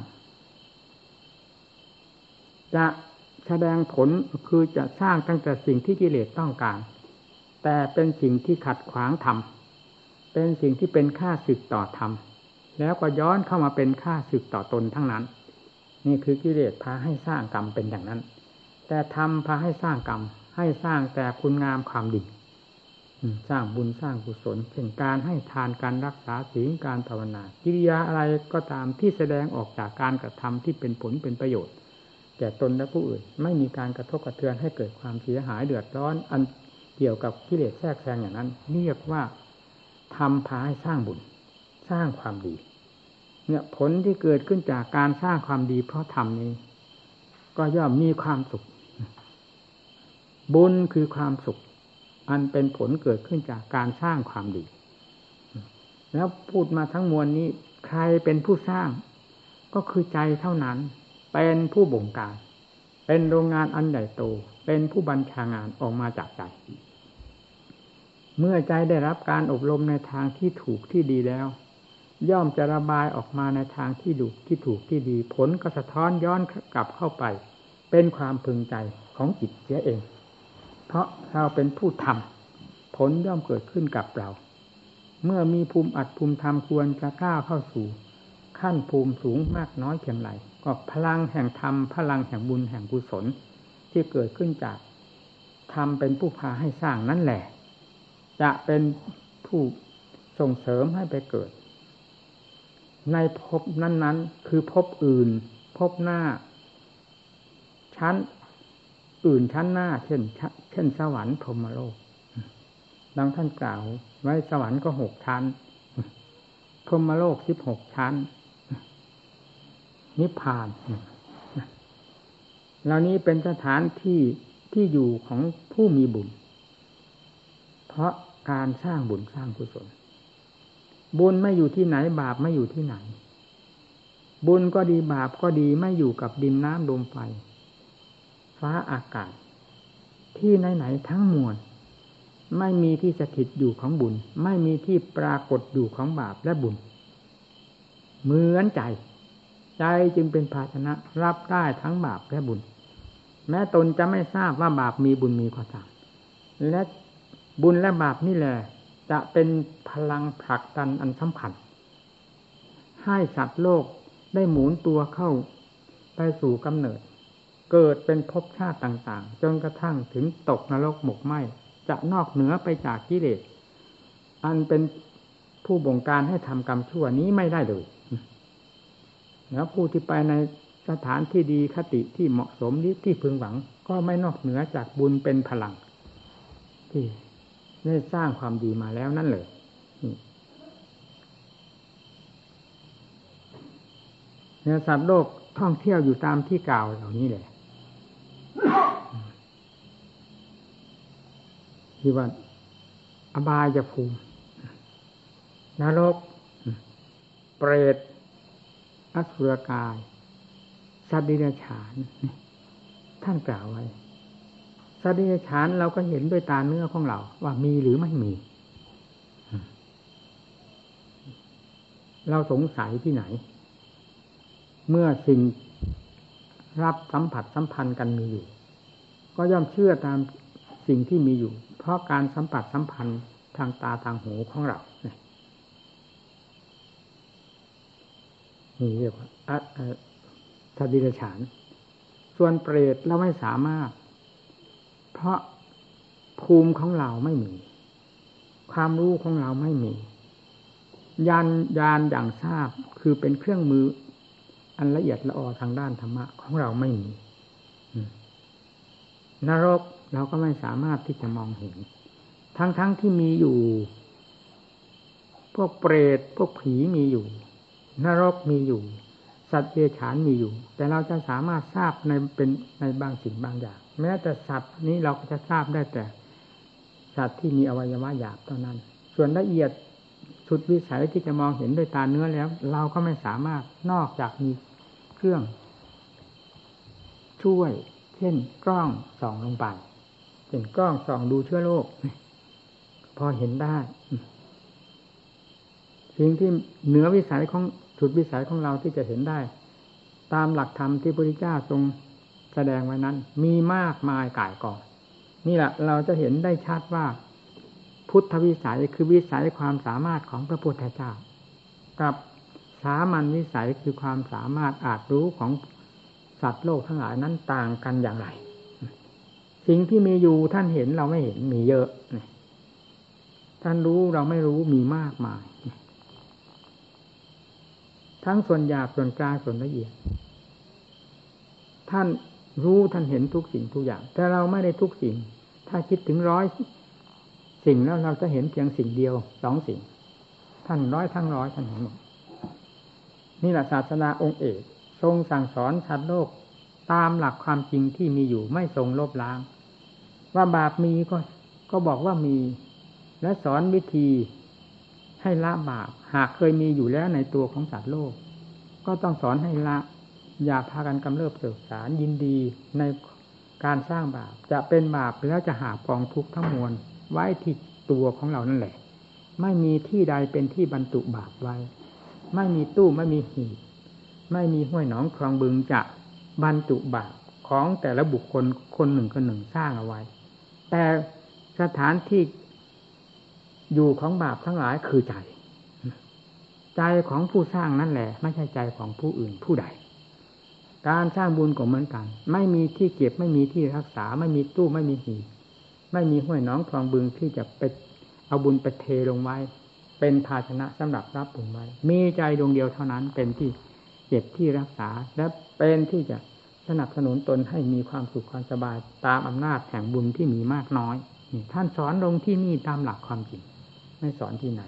จะแสดงผลคือจะสร้างตั้งแต่สิ่งที่กิเลสต้องการแต่เป็นสิ่งที่ขัดขวางธรรมเป็นสิ่งที่เป็นค่าศึกต่อธรรมแล้วก็ย้อนเข้ามาเป็นค่าศึกต่อตนทั้งนั้นนี่คือกิเลสพาให้สร้างกรรมเป็นอย่างนั้นแต่ธรรมพาให้สร้างกรรมให้สร้างแต่คุณงามความดีสร้างบุญสร้างกุศลเช่นการให้ทานการรักษาศีลการภาวนากิริยาอะไรก็ตามที่แสดงออกจากการกระทำที่เป็นผลเป็นประโยชน์แก่ตนและผู้อื่นไม่มีการกระทบกระเทือนให้เกิดความเสียหายเดือดร้อนอันเกี่ยวกับกิเลสแทรกแซงอย่างนั้นเรียกว่าธรรมพาให้สร้างบุญสร้างความดีเนี่ยผลที่เกิดขึ้นจากการสร้างความดีเพราะธรรมนี้ก็ย่อมมีความสุขบุญคือความสุขอันเป็นผลเกิดขึ้นจากการสร้างความดีแล้วพูดมาทั้งมวลนี้ใครเป็นผู้สร้างก็คือใจเท่านั้นเป็นผู้บงการเป็นโรงงานอันใหญ่โตเป็นผู้บัญชางานออกมาจากใจเมื่อใจได้รับการอบรมในทางที่ถูกที่ดีแล้วย่อมจะระบายออกมาในทางที่ถูกที่ถูกที่ดีผลก็สะท้อนย้อนกลับเข้าไปเป็นความพึงใจของจิตเสียเองเพราะเราเป็นผู้ทำผลย่อมเกิดขึ้นกับเราเมื่อมีภูมิอัดภูมิธรรมควรจะก้าวเข้าสู่ขั้นภูมิสูงมากน้อยเพียงไรก็พลังแห่งธรรมพลังแห่งบุญแห่งกุศลที่เกิดขึ้นจากธรรมเป็นผู้พาให้สร้างนั่นแหละจะเป็นผู้ส่งเสริมให้ไปเกิดในภพนั้นๆคือภพอื่นภพหน้าชั้นอื่นชั้นหน้าเช่นเช่นสวรรค์พรหมโลกดังท่านกล่าวไว้สวรรค์ก็หกชั้นพรหมโลกสิบหกชั้นนิพพานเหล่านี้เป็นสถานที่ที่อยู่ของผู้มีบุญเพราะการสร้างบุญสร้างกุศลบุญไม่อยู่ที่ไหนบาปไม่อยู่ที่ไหนบุญก็ดีบาปก็ดีไม่อยู่กับดินน้ำลมไฟฟ้าอากาศที่ไหนๆทั้งมวลไม่มีที่สถิตอยู่ของบุญไม่มีที่ปรากฏอยู่ของบาปและบุญเหมือนใจใจจึงเป็นภาชนะรับได้ทั้งบาปและบุญแม้ตนจะไม่ทราบว่าบาปมีบุญมีก็ตามและบุญและบาปนี่แหละจะเป็นพลังผลักดันอันสำคัญให้สัตว์โลกได้หมุนตัวเข้าไปสู่กำเนิดเกิดเป็นภพชาติต่างๆจนกระทั่งถึงตกนรกหมกไหม้จะนอกเหนือไปจากกิเลสอันเป็นผู้บงการให้ทำกรรมชั่วนี้ไม่ได้เลยแล้วผู้ที่ไปในสถานที่ดีคติที่เหมาะสมนี้ที่พึงหวังก็ไม่นอกเหนือจากบุญเป็นพลังที่ได้สร้างความดีมาแล้วนั่นเลยเนี่ยสัตว์โลกท่องเที่ยวอยู่ตามที่กล่าวเหล่านี้แหละที่ว่าอบายภูมินรกเปรตอสุรกายสัตว์เดรัจฉานท่านกล่าวไว้สัตว์เดรัจฉานเราก็เห็นด้วยตาเนื้อของเราว่ามีหรือไม่มีเราสงสัยที่ไหนเมื่อสิ่งรับสัมผัสสัมพันธ์กันมีอยู่ก็ย่อมเชื่อตามสิ่งที่มีอยู่เพราะการสัมผัสสัมพันธ์ทางตาทางหูของเรานี่เรียกว่าอัตตดิเรกชันส่วนเปรตเราไม่สามารถเพราะภูมิของเราไม่มีความรู้ของเราไม่มีญาณญาณอย่างทราบคือเป็นเครื่องมืออันละเอียดละออทางด้านธรรมะของเราไม่มีนรกเราก็ไม่สามารถที่จะมองเห็นทั้งๆ ท, ที่มีอยู่พวกเปรตพวกผีมีอยู่นรกมีอยู่สัตว์เดรัจฉานมีอยู่แต่เราจะสามารถทราบในเป็นในบางสิ่งบางอย่างแม้แต่สัตว์นี้เราก็จะทราบได้แต่สัตว์ที่มีอวัยวะหยาบเท่านั้นส่วนละเอียดสุดวิสัยที่จะมองเห็นด้วยตาเนื้อแล้วเราก็ไม่สามารถนอกจากมีเครื่องช่วยเช่นกล้องส่องลงไปเช่นกล้องส่องดูเชื้อโรคพอเห็นได้สิ่งที่เหนือวิสัยของสุดวิสัยของเราที่จะเห็นได้ตามหลักธรรมที่พระพุทธเจ้าทรงแสดงไว้นั้นมีมากมายก่ายกองนี่แหละเราจะเห็นได้ชัดว่าพุทธวิสัยคือวิสัยความสามารถของพระพุทธเจ้ากับสามัญวิสัยคือความสามารถอาจรู้ของสัตว์โลกทั้งหลายนั้นต่างกันอย่างไรสิ่งที่มีอยู่ท่านเห็นเราไม่เห็นมีเยอะท่านรู้เราไม่รู้มีมากมายทั้งส่วนหยาบส่วนกลางส่วนละเอียดท่านรู้ท่านเห็นทุกสิ่งทุกอย่างแต่เราไม่ได้ทุกสิ่งถ้าคิดถึงร้อยสิ่งแล้วเราจะเห็นเพียงสิ่งเดียวสองสิ่งท่านร้อยทั้งร้อยท่านเห็นหมดนี่แหละศาสนาองค์เอกทรงสั่งสอนสัตว์โลกตามหลักความจริงที่มีอยู่ไม่ทรงลบล้างว่าบาปมีก็ก็บอกว่ามีและสอนวิธีให้ละบาปหากเคยมีอยู่แล้วในตัวของสัตว์โลกก็ต้องสอนให้ละอย่าพากันกำเริบเสกสารยินดีในการสร้างบาปจะเป็นบาปแล้วจะหาปองทุกข์ทั้งมวลไว้ที่ตัวของเรานั่นแหละไม่มีที่ใดเป็นที่บรรจุบาปไว้ไม่มีตู้ไม่มีหีบไม่มีห้วยหนองคลองบึงจะบรรจุบาปของแต่ละบุคคลคนหนึ่งคนหนึ่งสร้างเอาไว้แต่สถานที่อยู่ของบาปทั้งหลายคือใจใจของผู้สร้างนั่นแหละไม่ใช่ใจของผู้อื่นผู้ใดการสร้างบุญก็เหมือนกันไม่มีที่เก็บไม่มีที่รักษาไม่มีตู้ไม่มีหีบไม่มีห้วยหนองคลองบึงที่จะไปเอาบุญไปเทลงไว้เป็นภาชนะสำหรับรับบุญไว้มีใจดวงเดียวเท่านั้นเป็นที่เก็บที่รักษาและเป็นที่จะสนับสนุนตนให้มีความสุขความสบายตามอำนาจแห่งบุญที่มีมากน้อยนี่ท่านสอนลงที่นี่ตามหลักความจริงไม่สอนที่ไหน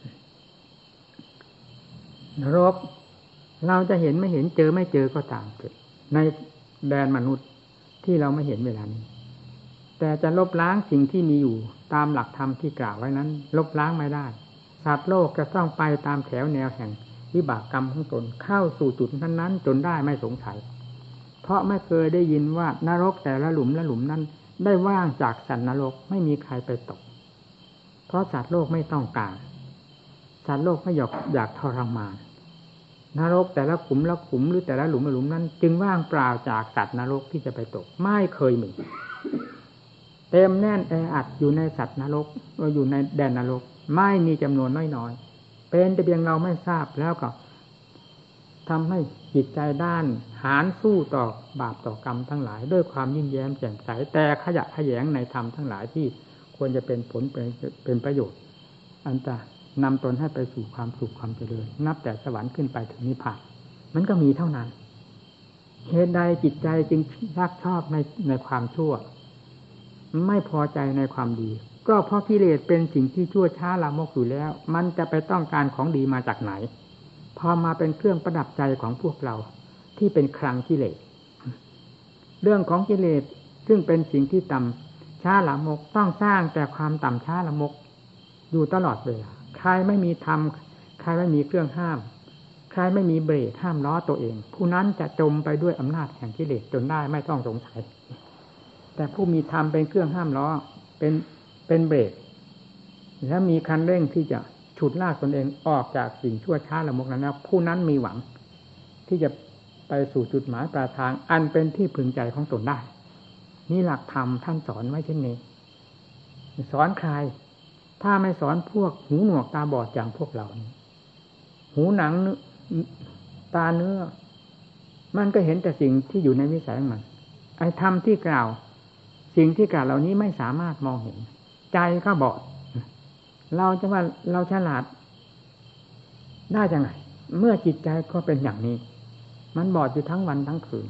นรกเราจะเห็นไม่เห็นเจอไม่เจอก็ตามเกิดในแดนมนุษย์ที่เราไม่เห็นเวลานี้แต่จะลบล้างสิ่งที่มีอยู่ตามหลักธรรมที่กล่าวไว้นั้นลบล้างไม่ได้สัตว์โลกจะต้องไปตามแถวแนวแห่งวิบากกรรมของตนเข้าสู่จุดนั้นๆจนได้ไม่สงสัยเพราะไม่เคยได้ยินว่านรกแต่ละหลุมละหลุมนั้นได้ว่างจากสัตว์นรกไม่มีใครไปตกเพราะสัตว์โลกไม่ต้องการสัตว์โลกไม่อยากอยากทรมานนรกแต่ละขุมละขุมหรือแต่ละหลุมละหลุมนั้นจึงว่างเปล่าจากสัตว์นรกที่จะไปตกไม่เคยมีเต็มแน่นแออัดอยู่ในสัตว์นรกอยู่ในแดนนรกไม่มีจำนวนน้อยๆเป็นแต่เพียงเราไม่ทราบแล้วก็ทำให้จิตใจด้านหาญสู้ต่อบาปต่อกรรมทั้งหลายด้วยความยิ้มแย้มแจ่มใสแต่ขยะแขยงในธรรมทั้งหลายที่ควรจะเป็นผลเป็นเป็นประโยชน์อันจะนำตนให้ไปสู่ความสุขความเจริญนับแต่สวรรค์ขึ้นไปถึงนิพพานมันก็มีเท่านั้นเหตุใดจิตใจจึงรักชอบในในความชั่วไม่พอใจในความดีก็เพราะกิเลสเป็นสิ่งที่ชั่วช้าลามกอยู่แล้วมันจะไปต้องการของดีมาจากไหนพอมาเป็นเครื่องประดับใจของพวกเราที่เป็นคลังกิเลสเรื่องของกิเลสซึ่งเป็นสิ่งที่ต่ำช้าลามกต้องสร้างแต่ความต่ำช้าลามกอยู่ตลอดเวลาใครไม่มีธรรมใครไม่มีเครื่องห้ามใครไม่มีเบรกห้ามล้อตัวเองผู้นั้นจะจมไปด้วยอำนาจแห่งกิเลสจนได้ไม่ต้องสงสัยแต่ผู้มีธรรมเป็นเครื่องห้ามล้อเป็นเป็นเบรกและมีคันเร่งที่จะฉุดลากตนเองออกจากสิ่งชั่วช้าละมกนั้นแล้วผู้นั้นมีหวังที่จะไปสู่จุดหมายปลายทางอันเป็นที่พึงใจของตนได้นี่หลักธรรมท่านสอนไว้เช่นนี้สอนใครถ้าไม่สอนพวกหูหนวกตาบอดอย่างพวกเรานี้หูหนังตาเนื้อมันก็เห็นแต่สิ่งที่อยู่ในวิสัยของมันไอ้ธรรมที่กล่าวสิ่งที่กล่าวเหล่านี้ไม่สามารถมองเห็นใจก็บอดเราจะว่าเราฉลาดได้ยังไงเมื่อจิตใจก็เป็นอย่างนี้มันบอดอยู่ทั้งวันทั้งคืน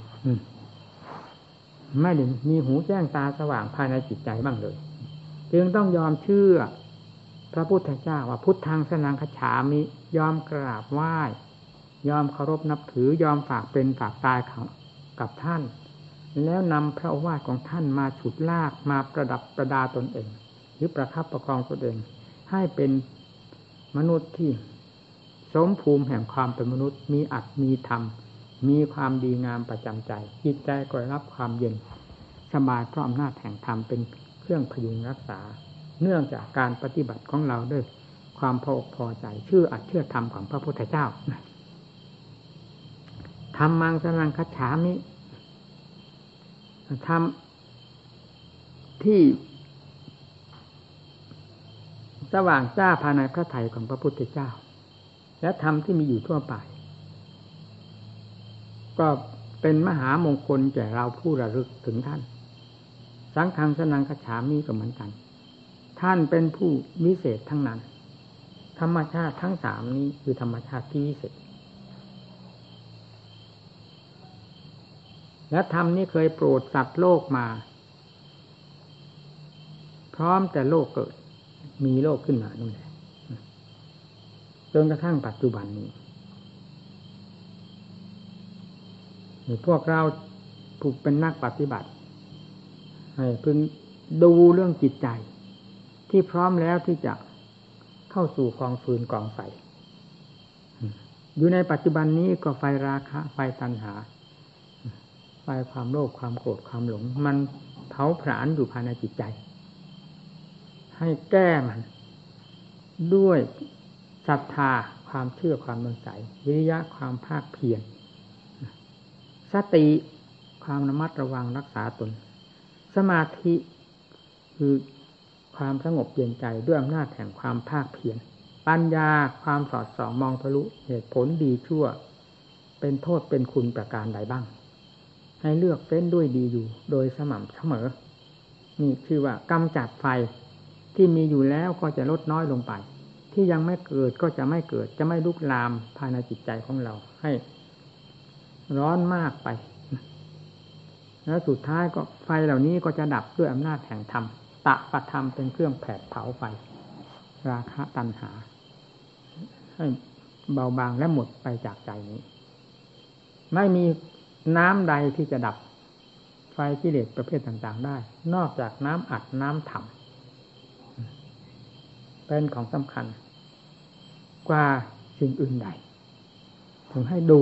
ไม่ได้มีหูแจ้งตาสว่างภายในจิตใจบ้างเลยจึงต้องยอมเชื่อพระพุทธเจ้าว่าพุทธังสรณังคัจฉามิยอมกราบไหว้ยอมเคารพนับถือยอมฝากเป็นฝากตายกับท่านแล้วนำพระโอวาทของท่านมาฉุดลากมาประดับประดาตนเองหรือประคับประคองตนเองให้เป็นมนุษย์ที่สมภูมิแห่งความเป็นมนุษย์มีอัตมีธรรมมีความดีงามประจำใจจิตใจก็ได้รับความเย็นสบายเพราะอำนาจแห่งธรรมเป็นเครื่องพยุงรักษาเนื่องจากการปฏิบัติของเราด้วยความพออกพอใจเชื่ออัดเชื่อธรรมของพระพุทธเจ้าธรรมังสรณังคัจฉามิธรรมที่สว่างจ้าภายในพระทัยของพระพุทธเจ้าและธรรมที่มีอยู่ทั่วไปก็เป็นมหามงคลแก่เราผู้ระลึกถึงท่านสังฆังสรณังคัจฉามิก็เหมือนกันท่านเป็นผู้วิเศษทั้งนั้นธรรมชาติทั้งสามนี้คือธรรมชาติที่วิเศษและธรรมนี้เคยโปรดสัตว์โลกมาพร้อมแต่โลกเกิดมีโลกขึ้นมานั่นแหละจนกระทั่งปัจจุบันนี้พวกเราผู้เป็นนักปฏิบัติให้พึงดูเรื่องจิตใจที่พร้อมแล้วที่จะเข้าสู่กองฟืนกองไฟอยู่ในปัจจุบันนี้ก็ไฟราคะไฟตัณหาไฟความโลภความโกรธความหลงมันเผาผลาญอยู่ภายในจิตใจให้แก้มันด้วยศรัทธาความเชื่อความมั่นใจวิริยะความภาคเพียรสติความระมัดระวังรักษาตนสมาธิคือความสงบเย็นใจด้วยอำนาจแห่งความภาคเพียรปัญญาความสอดส่องมองทะลุเหตุผลดีชั่วเป็นโทษเป็นคุณประการใดบ้างให้เลือกเฟ้นด้วยดีอยู่โดยสม่ำเสมอนี่คือว่ากำจัดไฟที่มีอยู่แล้วก็จะลดน้อยลงไปที่ยังไม่เกิดก็จะไม่เกิดจะไม่ลุกลามภายในจิตใจของเราให้ร้อนมากไปแล้วสุดท้ายก็ไฟเหล่านี้ก็จะดับด้วยอำนาจแห่งธรรมตะปะธรรมเป็นเครื่องแผดเผาไฟราคะตัณหาให้เบาบางและหมดไปจากใจนี้ไม่มีน้ำใดที่จะดับไฟกิเลสประเภทต่างๆได้นอกจากน้ำอัดน้ำถ่ำเป็นของสำคัญกว่าสิ่งอื่นใดถึงให้ดู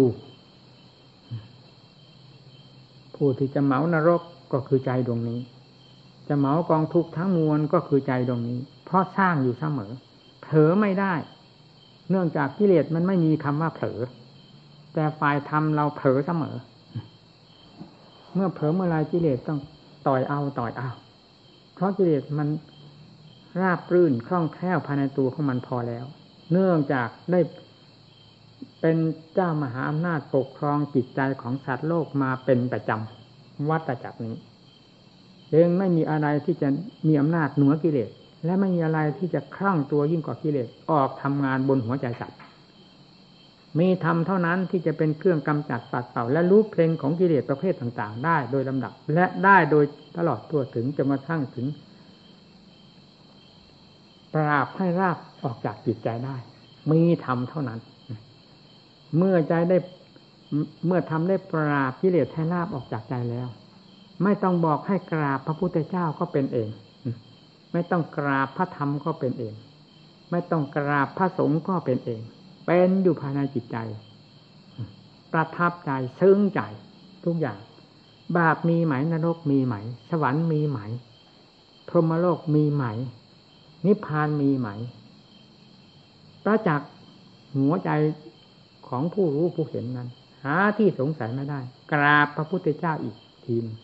ผู้ที่จะเหมานรกก็คือใจดวงนี้จะเหมากองทุกข์ทั้งมวลก็คือใจดวงนี้เพราะสร้างอยู่เสมอเผลอไม่ได้เนื่องจากกิเลสมันไม่มีคำว่าเผลอแต่ฝ่ายธรรมเราเผลอเสมอเมื่อเผลอเมื่อไรกิเลสต้องต่อยเอาต่อยเอาเพราะกิเลสมันราบรื่นคล่องแคล่วภายในตัวของมันพอแล้วเนื่องจากได้เป็นเจ้ามหาอำนาจปกครองจิตใจของสัตว์โลกมาเป็นประจำวัฏจักรนี้เองไม่มีอะไรที่จะมีอำนาจเหนือกิเลสและไม่มีอะไรที่จะคล่องตัวยิ่งกว่ากิเลสออกทำงานบนหัวใจสัตว์มีธรรมเท่านั้นที่จะเป็นเครื่องกำจัดปัดเป่าและรู้เพลงของกิเลสประเภทต่างๆได้โดยลำดับและได้โดยตลอดตัวถึงจะมาทั้งถึงปราบให้ราบออกจากจิตใจได้มีธรรมเท่านั้นเมื่อใจได้เมื่อทำได้ปราบกิเลสให้ราบออกจากใจแล้วไม่ต้องบอกให้กราบพระพุทธเจ้าก็เป็นเองไม่ต้องกราบพระธรรมก็เป็นเองไม่ต้องกราบพระสงฆ์ก็เป็นเองเป็นอยู่ภายในจิตใจประทับใจซึ้งใจทุกอย่างบาปมีไหมนรกมีไหมสวรรค์มีไหมพรหมโลกมีไหมนิพพานมีไหมประจักษ์หัวใจของผู้รู้ผู้เห็นนั้นหาที่สงสัยไม่ได้กราบพระพุทธเจ้าอีกทีนึง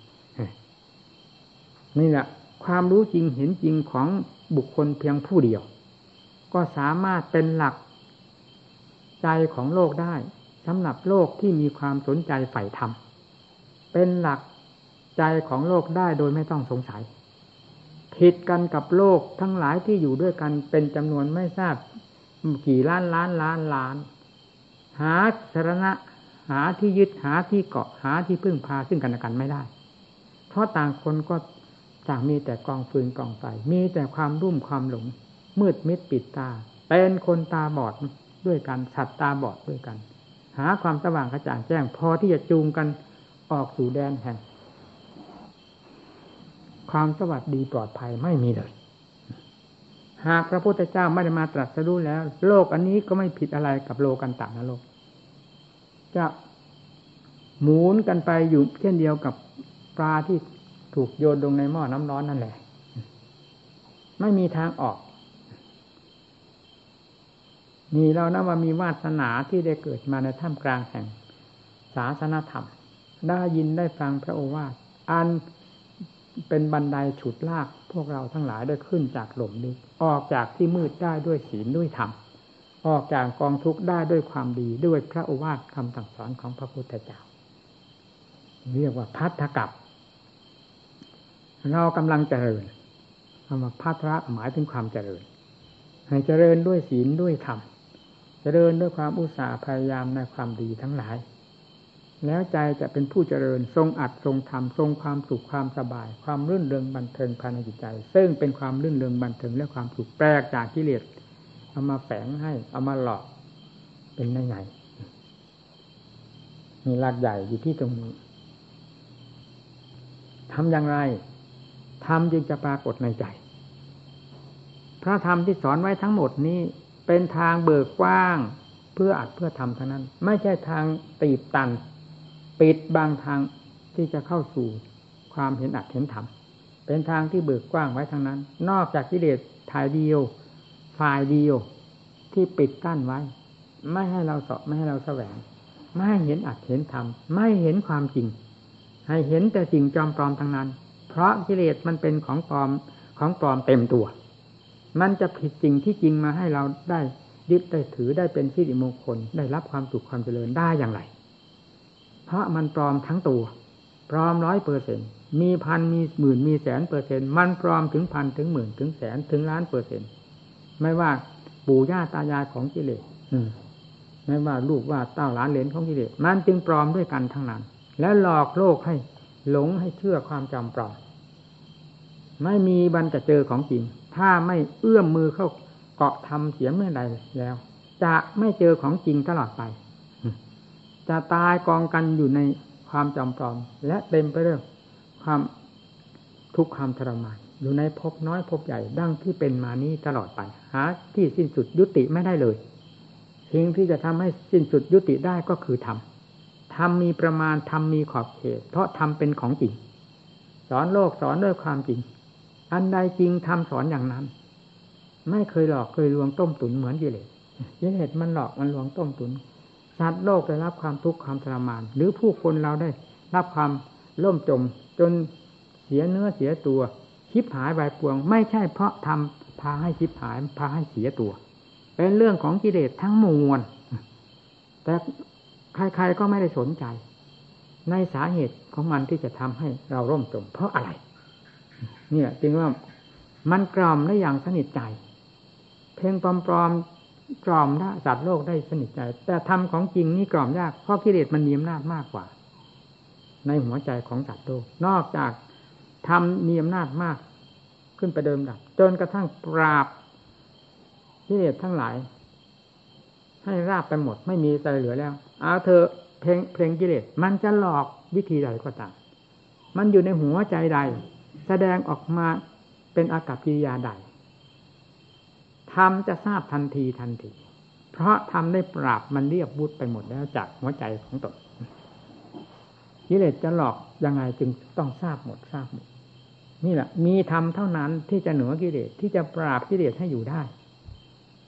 นี่แหละความรู้จริงเห็นจริงของบุคคลเพียงผู้เดียวก็สามารถเป็นหลักใจของโลกได้สำหรับโลกที่มีความสนใจใฝ่ธรรมเป็นหลักใจของโลกได้โดยไม่ต้องสงสัยผิดกันกับโลกทั้งหลายที่อยู่ด้วยกันเป็นจำนวนไม่ทราบกี่ล้านล้านล้านล้านหาสรณะหาที่ยึดหาที่เกาะหาที่พึ่งพาซึ่งกันและกันไม่ได้เพราะต่างคนก็ต่างมีแต่กองฟืนกองไฟมีแต่ความรุ่มความหลงมืดมิดปิดตาเป็นคนตาบอดด้วยกันสัตว์ตาบอดด้วยกันหาความสว่างกระจ่างแจ้งพอที่จะจูงกันออกสู่แดนแห่งความสวัสดีปลอดภัยไม่มีเลยหากพระพุทธเจ้าไม่ได้มาตรัสรู้แล้วโลกอันนี้ก็ไม่ผิดอะไรกับโลกันตนรกจะหมุนกันไปอยู่เช่นเดียวกับปลาที่ถูกโยนลงในหม้อน้ำร้อนนั่นแหละไม่มีทางออกนี่เรานะว่ามีวาสนาที่ได้เกิดมาในท่ามกลางแห่งศาสนธรรมได้ยินได้ฟังพระโอวาทอันเป็นบันไดฉุดลากพวกเราทั้งหลายได้ขึ้นจากหล่มนี้ออกจากที่มืดได้ด้วยศีลด้วยธรรมออกจากกองทุกข์ได้ด้วยความดีด้วยพระโอวาทคำสั่งสอนของพระพุทธเจ้าเรียกว่าพัทธกัปเรากำลังเจริญคำว่าพัทธะหมายถึงความเจริญให้เจริญด้วยศีลด้วยธรรมเจริญด้วยความอุตสาห์พยายามในความดีทั้งหลายแล้วใจจะเป็นผู้เจริญทรงอัดทรงธรรมทรงความสุขความสบายความรื่นเริงบันเทิงภายในจิตใจซึ่งเป็นความรื่นเริงบันเทิงและความสุขแปลกจากกิเลสเอามาแฝงให้เอามาหลอกเป็นได้ไงมีหลักใหญ่อยู่ที่ตรงนี้ทำอย่างไรธรรมจึงจะปรากฏในใจพระธรรมที่สอนไว้ทั้งหมดนี้เป็นทางเบิกกว้างเพื่ออัดเพื่อทำทั้งนั้นไม่ใช่ทางตีบตันปิดบางทางที่จะเข้าสู่ความเห็นอัดเห็นธรรมเป็นทางที่เบิกกว้างไว้ทั้งนั้นนอกจากกิเลสถ่ายเดียวฝ่ายเดียวที่ปิดกั้นไว้ไม่ให้เราเสาะไม่ให้เราแสวงไม่ให้เห็นอัดเห็นธรรมไม่เห็นความจริงให้เห็นแต่สิ่งจอมปลอมทั้งนั้นเพราะกิเลสมันเป็นของปลอมของปลอมเต็มตัวมันจะผิดสิ่งที่จริงมาให้เราได้ยึดได้ถือได้เป็นสิริมงคลได้รับความสุขความเจริญได้อย่างไรเพราะมันปลอมทั้งตัวปลอมร้อยเปอร์เซ็นต์มีพันมีหมื่นมีแสนเปอร์เซ็นต์มันปลอมถึงพันถึงหมื่นถึงแสนถึงล้านเปอร์เซ็นต์ไม่ว่าปู่ย่าตายายของกิเลสไม่ว่าลูกว่าเต้าหลานเหลนของกิเลสมันจึงปลอมด้วยกันทั้งนั้นและหลอกโลกให้หลงให้เชื่อความจำปลอมไม่มีบันจะเจอของจริงถ้าไม่เอื้อมมือเข้าเกาะทำเสียเมื่อใดแล้วจะไม่เจอของจริงตลอดไปจะตายกองกันอยู่ในความจำปลอมและเต็มไปด้วยความทุกข์ความทรมานอยู่ในภพน้อยภพใหญ่ดั้งที่เป็นมานี้ตลอดไปหาที่สิ้นสุดยุติไม่ได้เลยสิ่งที่จะทำให้สิ้นสุดยุติได้ก็คือธรรมธรรมมีประมาณธรรมมีขอบเขตเพราะธรรมเป็นของจริงสอนโลกสอนด้วยความจริงอันใดจริงธรรมสอนอย่างนั้นไม่เคยหลอกเคยลวงต้มตุ๋นเหมือนกิเลสกิเลสมันหลอกมันลวงต้มตุ๋นสัตว์โลกได้รับความทุกข์ความทรมานหรือผู้คนเราได้รับความล่มจมจนเสียเนื้อเสียตัวชิบหายใบปวงไม่ใช่เพราะทำพาให้ชิบหายพาให้เสียตัวเป็นเรื่องของกิเลสทั้งมวลแต่ใครๆก็ไม่ได้สนใจในสาเหตุของมันที่จะทำให้เราล่มจมเพราะอะไรเนี่ยจึงว่ามันกล่อมได้อย่างสนิทใจเพลงปลอมๆกล่อมได้สัตว์โลกได้สนิทใจแต่ธรรมของจริงนี่กล่อมยากเพราะกิเลสมันมีอำนาจมากกว่าในหัวใจของสัตว์โลกนอกจากธรรมมีอำนาจมากขึ้นไปเดิมดับจนกระทั่งปราบกิเลสทั้งหลายให้ราบไปหมดไม่มีอะไรเหลือแล้วเอาเธอเพลงเพลงกิเลสมันจะหลอกวิธีใดก็ตามมันอยู่ในหัวใจใดแสดงออกมาเป็นอากัปกิริยาใดธรรมจะทราบทันทีทันทีเพราะธรรมได้ปราบมันเรียบวุฒไปหมดแล้วจากหัวใจของตนกิเลสจะหลอกยังไงจึงต้องทราบหมดทราบหมดนี่แหละมีธรรมเท่านั้นที่จะเหนือกิเลสที่จะปราบกิเลสให้อยู่ได้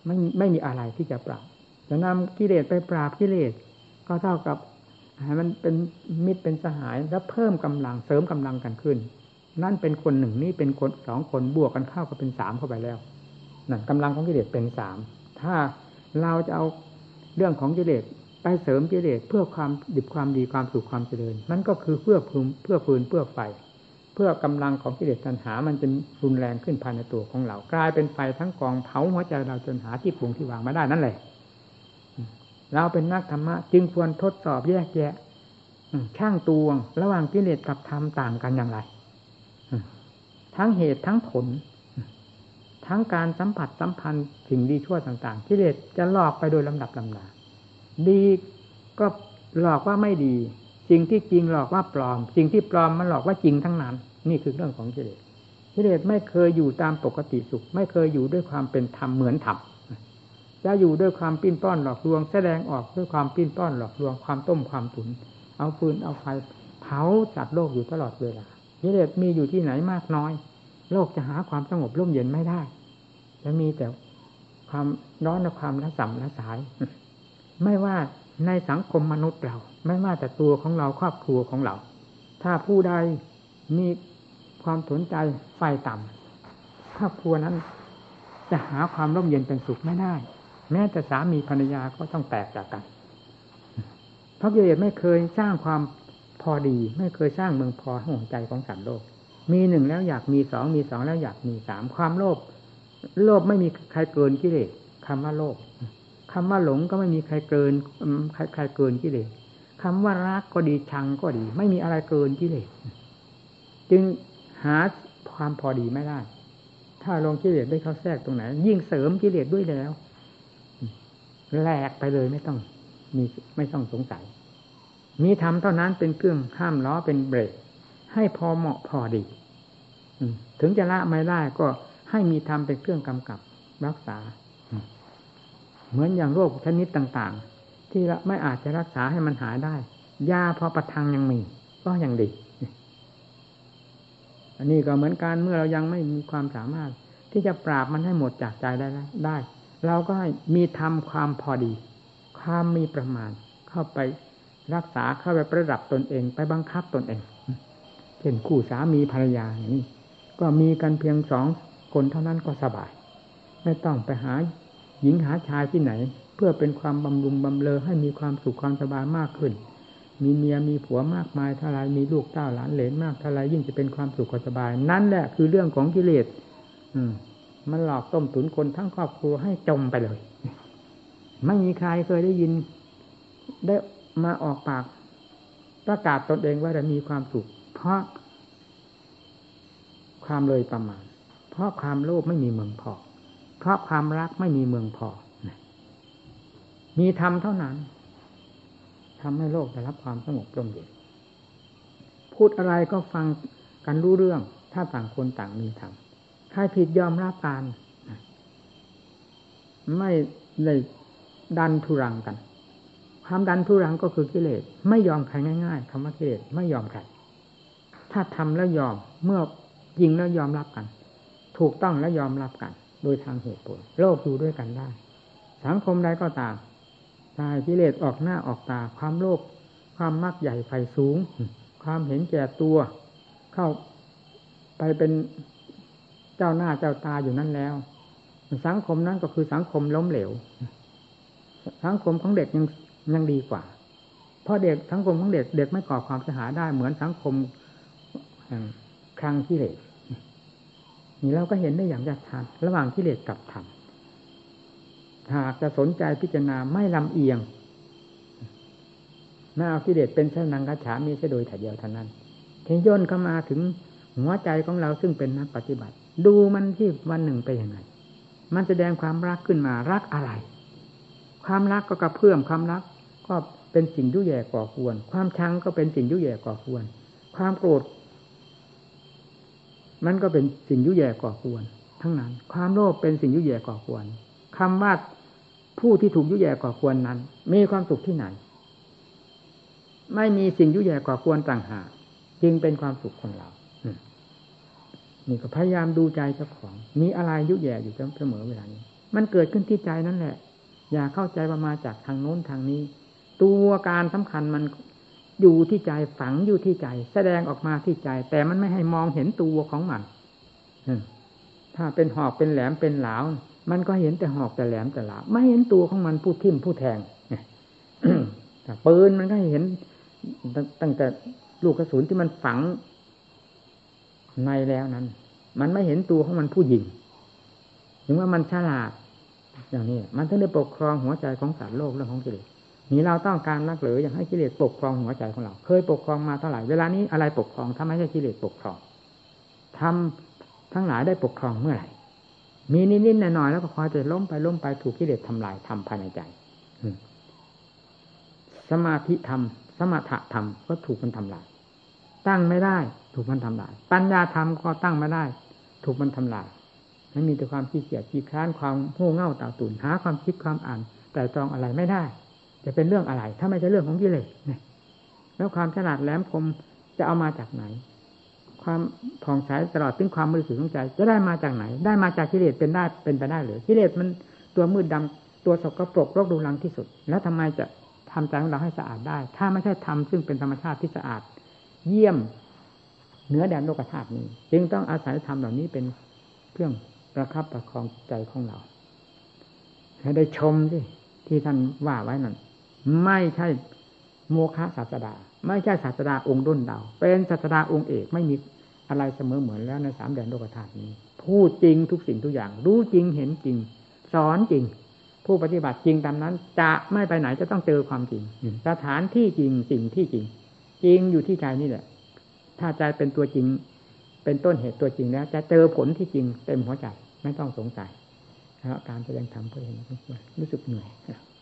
ไม่ไม่มีอะไรที่จะปราบจะนำกิเลสไปปราบกิเลสก็เท่ากับให้มันเป็นมิตรเป็นสหายแล้วเพิ่มกำลังเสริมกำลังกันขึ้นนั่นเป็นคนหนึ่งนี่เป็นคนสองคนบวกกันเข้าก็เป็นสามเข้าไปแล้วนั่นกำลังของกิเลสเป็นสามถ้าเราจะเอาเรื่องของกิเลสไปเสริมกิเลสเพื่อความดิบความดีความสุขความเจริญมันก็คือเพื่อพื้นเพื่อฟืนเพื่อไฟเพื่อกำลังของกิเลสตัณหามันจะรุนแรงขึ้นภายในตัวของเรากลายเป็นไฟทั้งกองเผาหัวใจเราจนหาที่ปรุงที่วางไม่ได้นั่นแหละเราเป็นนักธรรมะจึงควรทดสอบแยกแยะช่างตวงระหว่างกิเลสกับธรรมต่างกันอย่างไรทั้งเหตุทั้งผลทั้งการสัมผัสสัมพันธ์สิ่งดีชั่วต่างๆกิเลสจะหลอกไปโดยลำดับลำดาดีก็หลอกว่าไม่ดีสิ่งที่จริงหลอกว่าปลอมสิ่งที่ปลอมมันหลอกว่าจริงทั้งนั้นนี่คือเรื่องของกิเลสกิเลสไม่เคยอยู่ตามปกติสุขไม่เคยอยู่ด้วยความเป็นธรรมเหมือนธรรมจะอยู่ด้วยความปิ้นป้อนหลอกลวงแสดงออกด้วยความปิ้นป้อนหลอกลวงความต้มความตุ๋นเอาฟืนเอาไฟเผาจัดโลกอยู่ตลอดเวลากิเลสมีอยู่ที่ไหนมากน้อยโลกจะหาความสงบร่มเย็นไม่ได้จะมีแต่ความร้อนและความละสัมละสายไม่ว่าในสังคมมนุษย์เราไม่ว่าแต่ตัวของเราครอบครัวของเราถ้าผู้ใดมีความสนใจไฟต่ำครอบครัวนั้นจะหาความร่มเย็นเป็นสุขไม่ได้แม้แต่สามีภรรยาก็ต้องแตกจากกันเพราะกิเลสไม่เคยสร้างความพอดีไม่เคยสร้างเมืองพอให้หัวใจของสัตว์โลกมีหนึ่งแล้วอยากมีสองมีสองแล้วอยากมีสามความโลภโลภไม่มีใครเกินกิเลสคำว่าโลภคำว่าหลงก็ไม่มีใครเกินใครใครเกินกิเลสคำว่ารักก็ดีชังก็ดีไม่มีอะไรเกินกิเลสจึงหาความพอดีไม่ได้ถ้าลงกิเลสได้เข้าแทรกตรงไหนยิ่งเสริมกิเลสด้วยแล้วแหลกไปเลยไม่ต้องมีไม่ต้องสงสัยมีธรรมเท่านั้นเป็นเครื่องห้ามล้อเป็นเบรกให้พอเหมาะพอดีถึงจะละไม่ได้ก็ให้มีธรรมเป็นเครื่องกำกับรักษาเหมือนอย่างโรคชนิดต่างๆที่ไม่อาจจะรักษาให้มันหายได้ยาพอประทังยังมีก็ยังดีอันนี้ก็เหมือนกันเมื่อเรายังไม่มีความสามารถที่จะปราบมันให้หมดจากใจได้ได้เราก็ให้มีธรรมความพอดีความมีประมาณเข้าไปรักษาเข้าไปประดับตนเองไปบังคับตนเองเช่นคู่สามีภรรยาอย่างนี้ก็มีกันเพียงสองคนเท่านั้นก็สบายไม่ต้องไปหาหญิงหาชายที่ไหนเพื่อเป็นความบำรุงบำเรอให้มีความสุขความสบายมากขึ้นมีเมียมีผัวมากมายเท่าไรมีลูกเต้าหลานเหลนมากเท่าไรยิ่งจะเป็นความสุขความสบายนั่นแหละคือเรื่องของกิเลสอืมมันหลอกต้มตุ๋นคนทั้งครอบครัวให้จมไปเลยไม่มีใครเคยได้ยินได้มาออกปากประกาศตนเองว่าจะมีความสุขเพราะความเลยประมาณเพราะความโลภไม่มีเมืองพอเพราะความรักไม่มีเมืองพอมีธรรมเท่านั้นทำให้โลกได้รับความสงบร่มเย็นพูดอะไรก็ฟังกันรู้เรื่องถ้าต่างคนต่างมีธรรมใครผิดยอมรับกันไม่เลยดันทุรังกันความดันทุรังก็คือกิเลสไม่ยอมใครง่ายๆคำว่ากิเลสไม่ยอมใครถ้าทำแล้วยอมเมื่อจริงแล้วยอมรับกันถูกต้องแล้วยอมรับกันโดยทางเหตุผลโลกอยู่ด้วยกันได้สังคมใดก็ตามถ้ากิเลสออกหน้าออกตาความโลภความมักใหญ่ไฟสูงความเห็นแก่ตัวเข้าไปเป็นเจ้าหน้าเจ้าตาอยู่นั่นแล้วสังคมนั้นก็คือสังคมล้มเหลวสังคมของเด็กยังยังดีกว่าเพราะเด็กสังคมของเด็กเด็กไม่ก่อความเสียหายได้เหมือนสังคมแห่งคลังกิเลสนี่เราก็เห็นได้อย่างชัดชัดระหว่างกิเลสกับธรรมหากจะสนใจพิจารณาไม่ลำเอียงไม่เอากิเลสเป็นสนังกัจฉามีเสียโดยถ่ายเดียวเท่านั้นเห็นย่นเข้ามาถึงหัวใจของเราซึ่งเป็นนักปฏิบัติดูมันที่วันหนึ่งไปยังไงมันแสดงความรักขึ้นมารักอะไรความรักก็กระเพื่อมความรักก็เป็นสิ่งยุ่ยแย่ก่อกวนความชังก็เป็นสิ่งยุ่ยแย่ก่อกวนความโกรธมันก็เป็นสิ่งยุ่ยแย่ก่อกวนทั้งนั้นความโลภเป็นสิ่งยุ่ยแย่ก่อกวนคำว่าผู้ที่ถูกยุ่ยแย่ก่อกวนนั้นมีความสุขที่ไหนไม่มีสิ่งยุ่ยแย่ก่อกวนต่างหากจึงเป็นความสุขของเรานี่ก็พยายามดูใจเจ้าของมีอะไรยุ่ยแย่อยู่เสมอเวลานี้มันเกิดขึ้นที่ใจนั่นแหละอย่าเข้าใจว่ามาจากทางโน้นทางนี้ตัวการสำคัญมันอยู่ที่ใจฝังอยู่ที่ใจแสดงออกมาที่ใจแต่มันไม่ให้มองเห็นตัวของมันถ้าเป็นหอกเป็นแหลมเป็นเหลามันก็เห็นแต่หอกแต่แหลมแต่เหลาไม่เห็นตัวของมันผู้ทิ่มผู้แทงแต่ปืนมันก็เห็นตั้งแต่ลูกกระสุนที่มันฝังในแล้วนั้นมันไม่เห็นตัวของมันผู้ยิงถึงว่ามันฉลาดอย่างนี้มันถึงได้ปกครองหัวใจของสัตว์โลกเรื่องของกิเลสนี่เราต้องการนักหรืออยากให้กิเลสปกครองหัวใจของเราเคยปกครองมาเท่าไหร่เวลานี้อะไรปกครองถ้าไม่ใช่กิเลสปกครองทำทั้งหลายได้ปกครองเมื่อไหร่มีนิดๆหน่อยๆแล้วก็คอยจะล้มไปล้มไปถูกกิเลสทำลายทำภายในใจสมาธิธรรมสมถะธรรมก็ถูกมันทำลายตั้งไม่ได้ถูกมันทำลายปัญญาธรรมก็ตั้งไม่ได้ถูกมันทำลายไม่มีแต่ความขี้เกียจขี้คร้านความโง่เง่าเต่าตุ่นหาความคิดความอ่านแต่ตรองอะไรไม่ได้จะเป็นเรื่องอะไรถ้าไม่ใช่เรื่องของกิเลสเนี่ยแล้วความฉลาดแหลมคมจะเอามาจากไหนความผ่องใสตลอดถึงความบริสุทธิ์ของใจจะได้มาจากไหนได้มาจากกิเลสเป็นได้เป็นไปได้หรือกิเลสมันตัวมืดดำตัวสกปรกโรครุงรังที่สุดแล้วทำไมจะทำใจของเราให้สะอาดได้ถ้าไม่ใช่ธรรมซึ่งเป็นธรรมชาติที่สะอาดเยี่ยมเหนือแดนโลกธาตุนี้จึงต้องอาศัยธรรมเหล่านี้เป็นเครื่องประคับประคองใจของเราให้ได้ชมสิที่ท่านว่าไว้นั่นไม่ใช่โมฆะศาสดาไม่ใช่ศาสดาองค์ด้นดาวเป็นศาสดาองค์เอกไม่มีอะไรเสมอเหมือนแล้วในสามแดนโลกธาตุนี้พูดจริงทุกสิ่งทุกอย่างรู้จริงเห็นจริงสอนจริงผู้ปฏิบัติจริงตามนั้นจะไม่ไปไหนจะต้องเจอความจริงสถานที่จริงสิ่งที่จริงจริงอยู่ที่ใจนี่แหละถ้าใจเป็นตัวจริงเป็นต้นเหตุตัวจริงแล้วจะเจอผลที่จริงเต็มหัวใจไม่ต้องสงสัยแล้วการแสดงธรรมก็เห็นรู้สึกเหนื่อย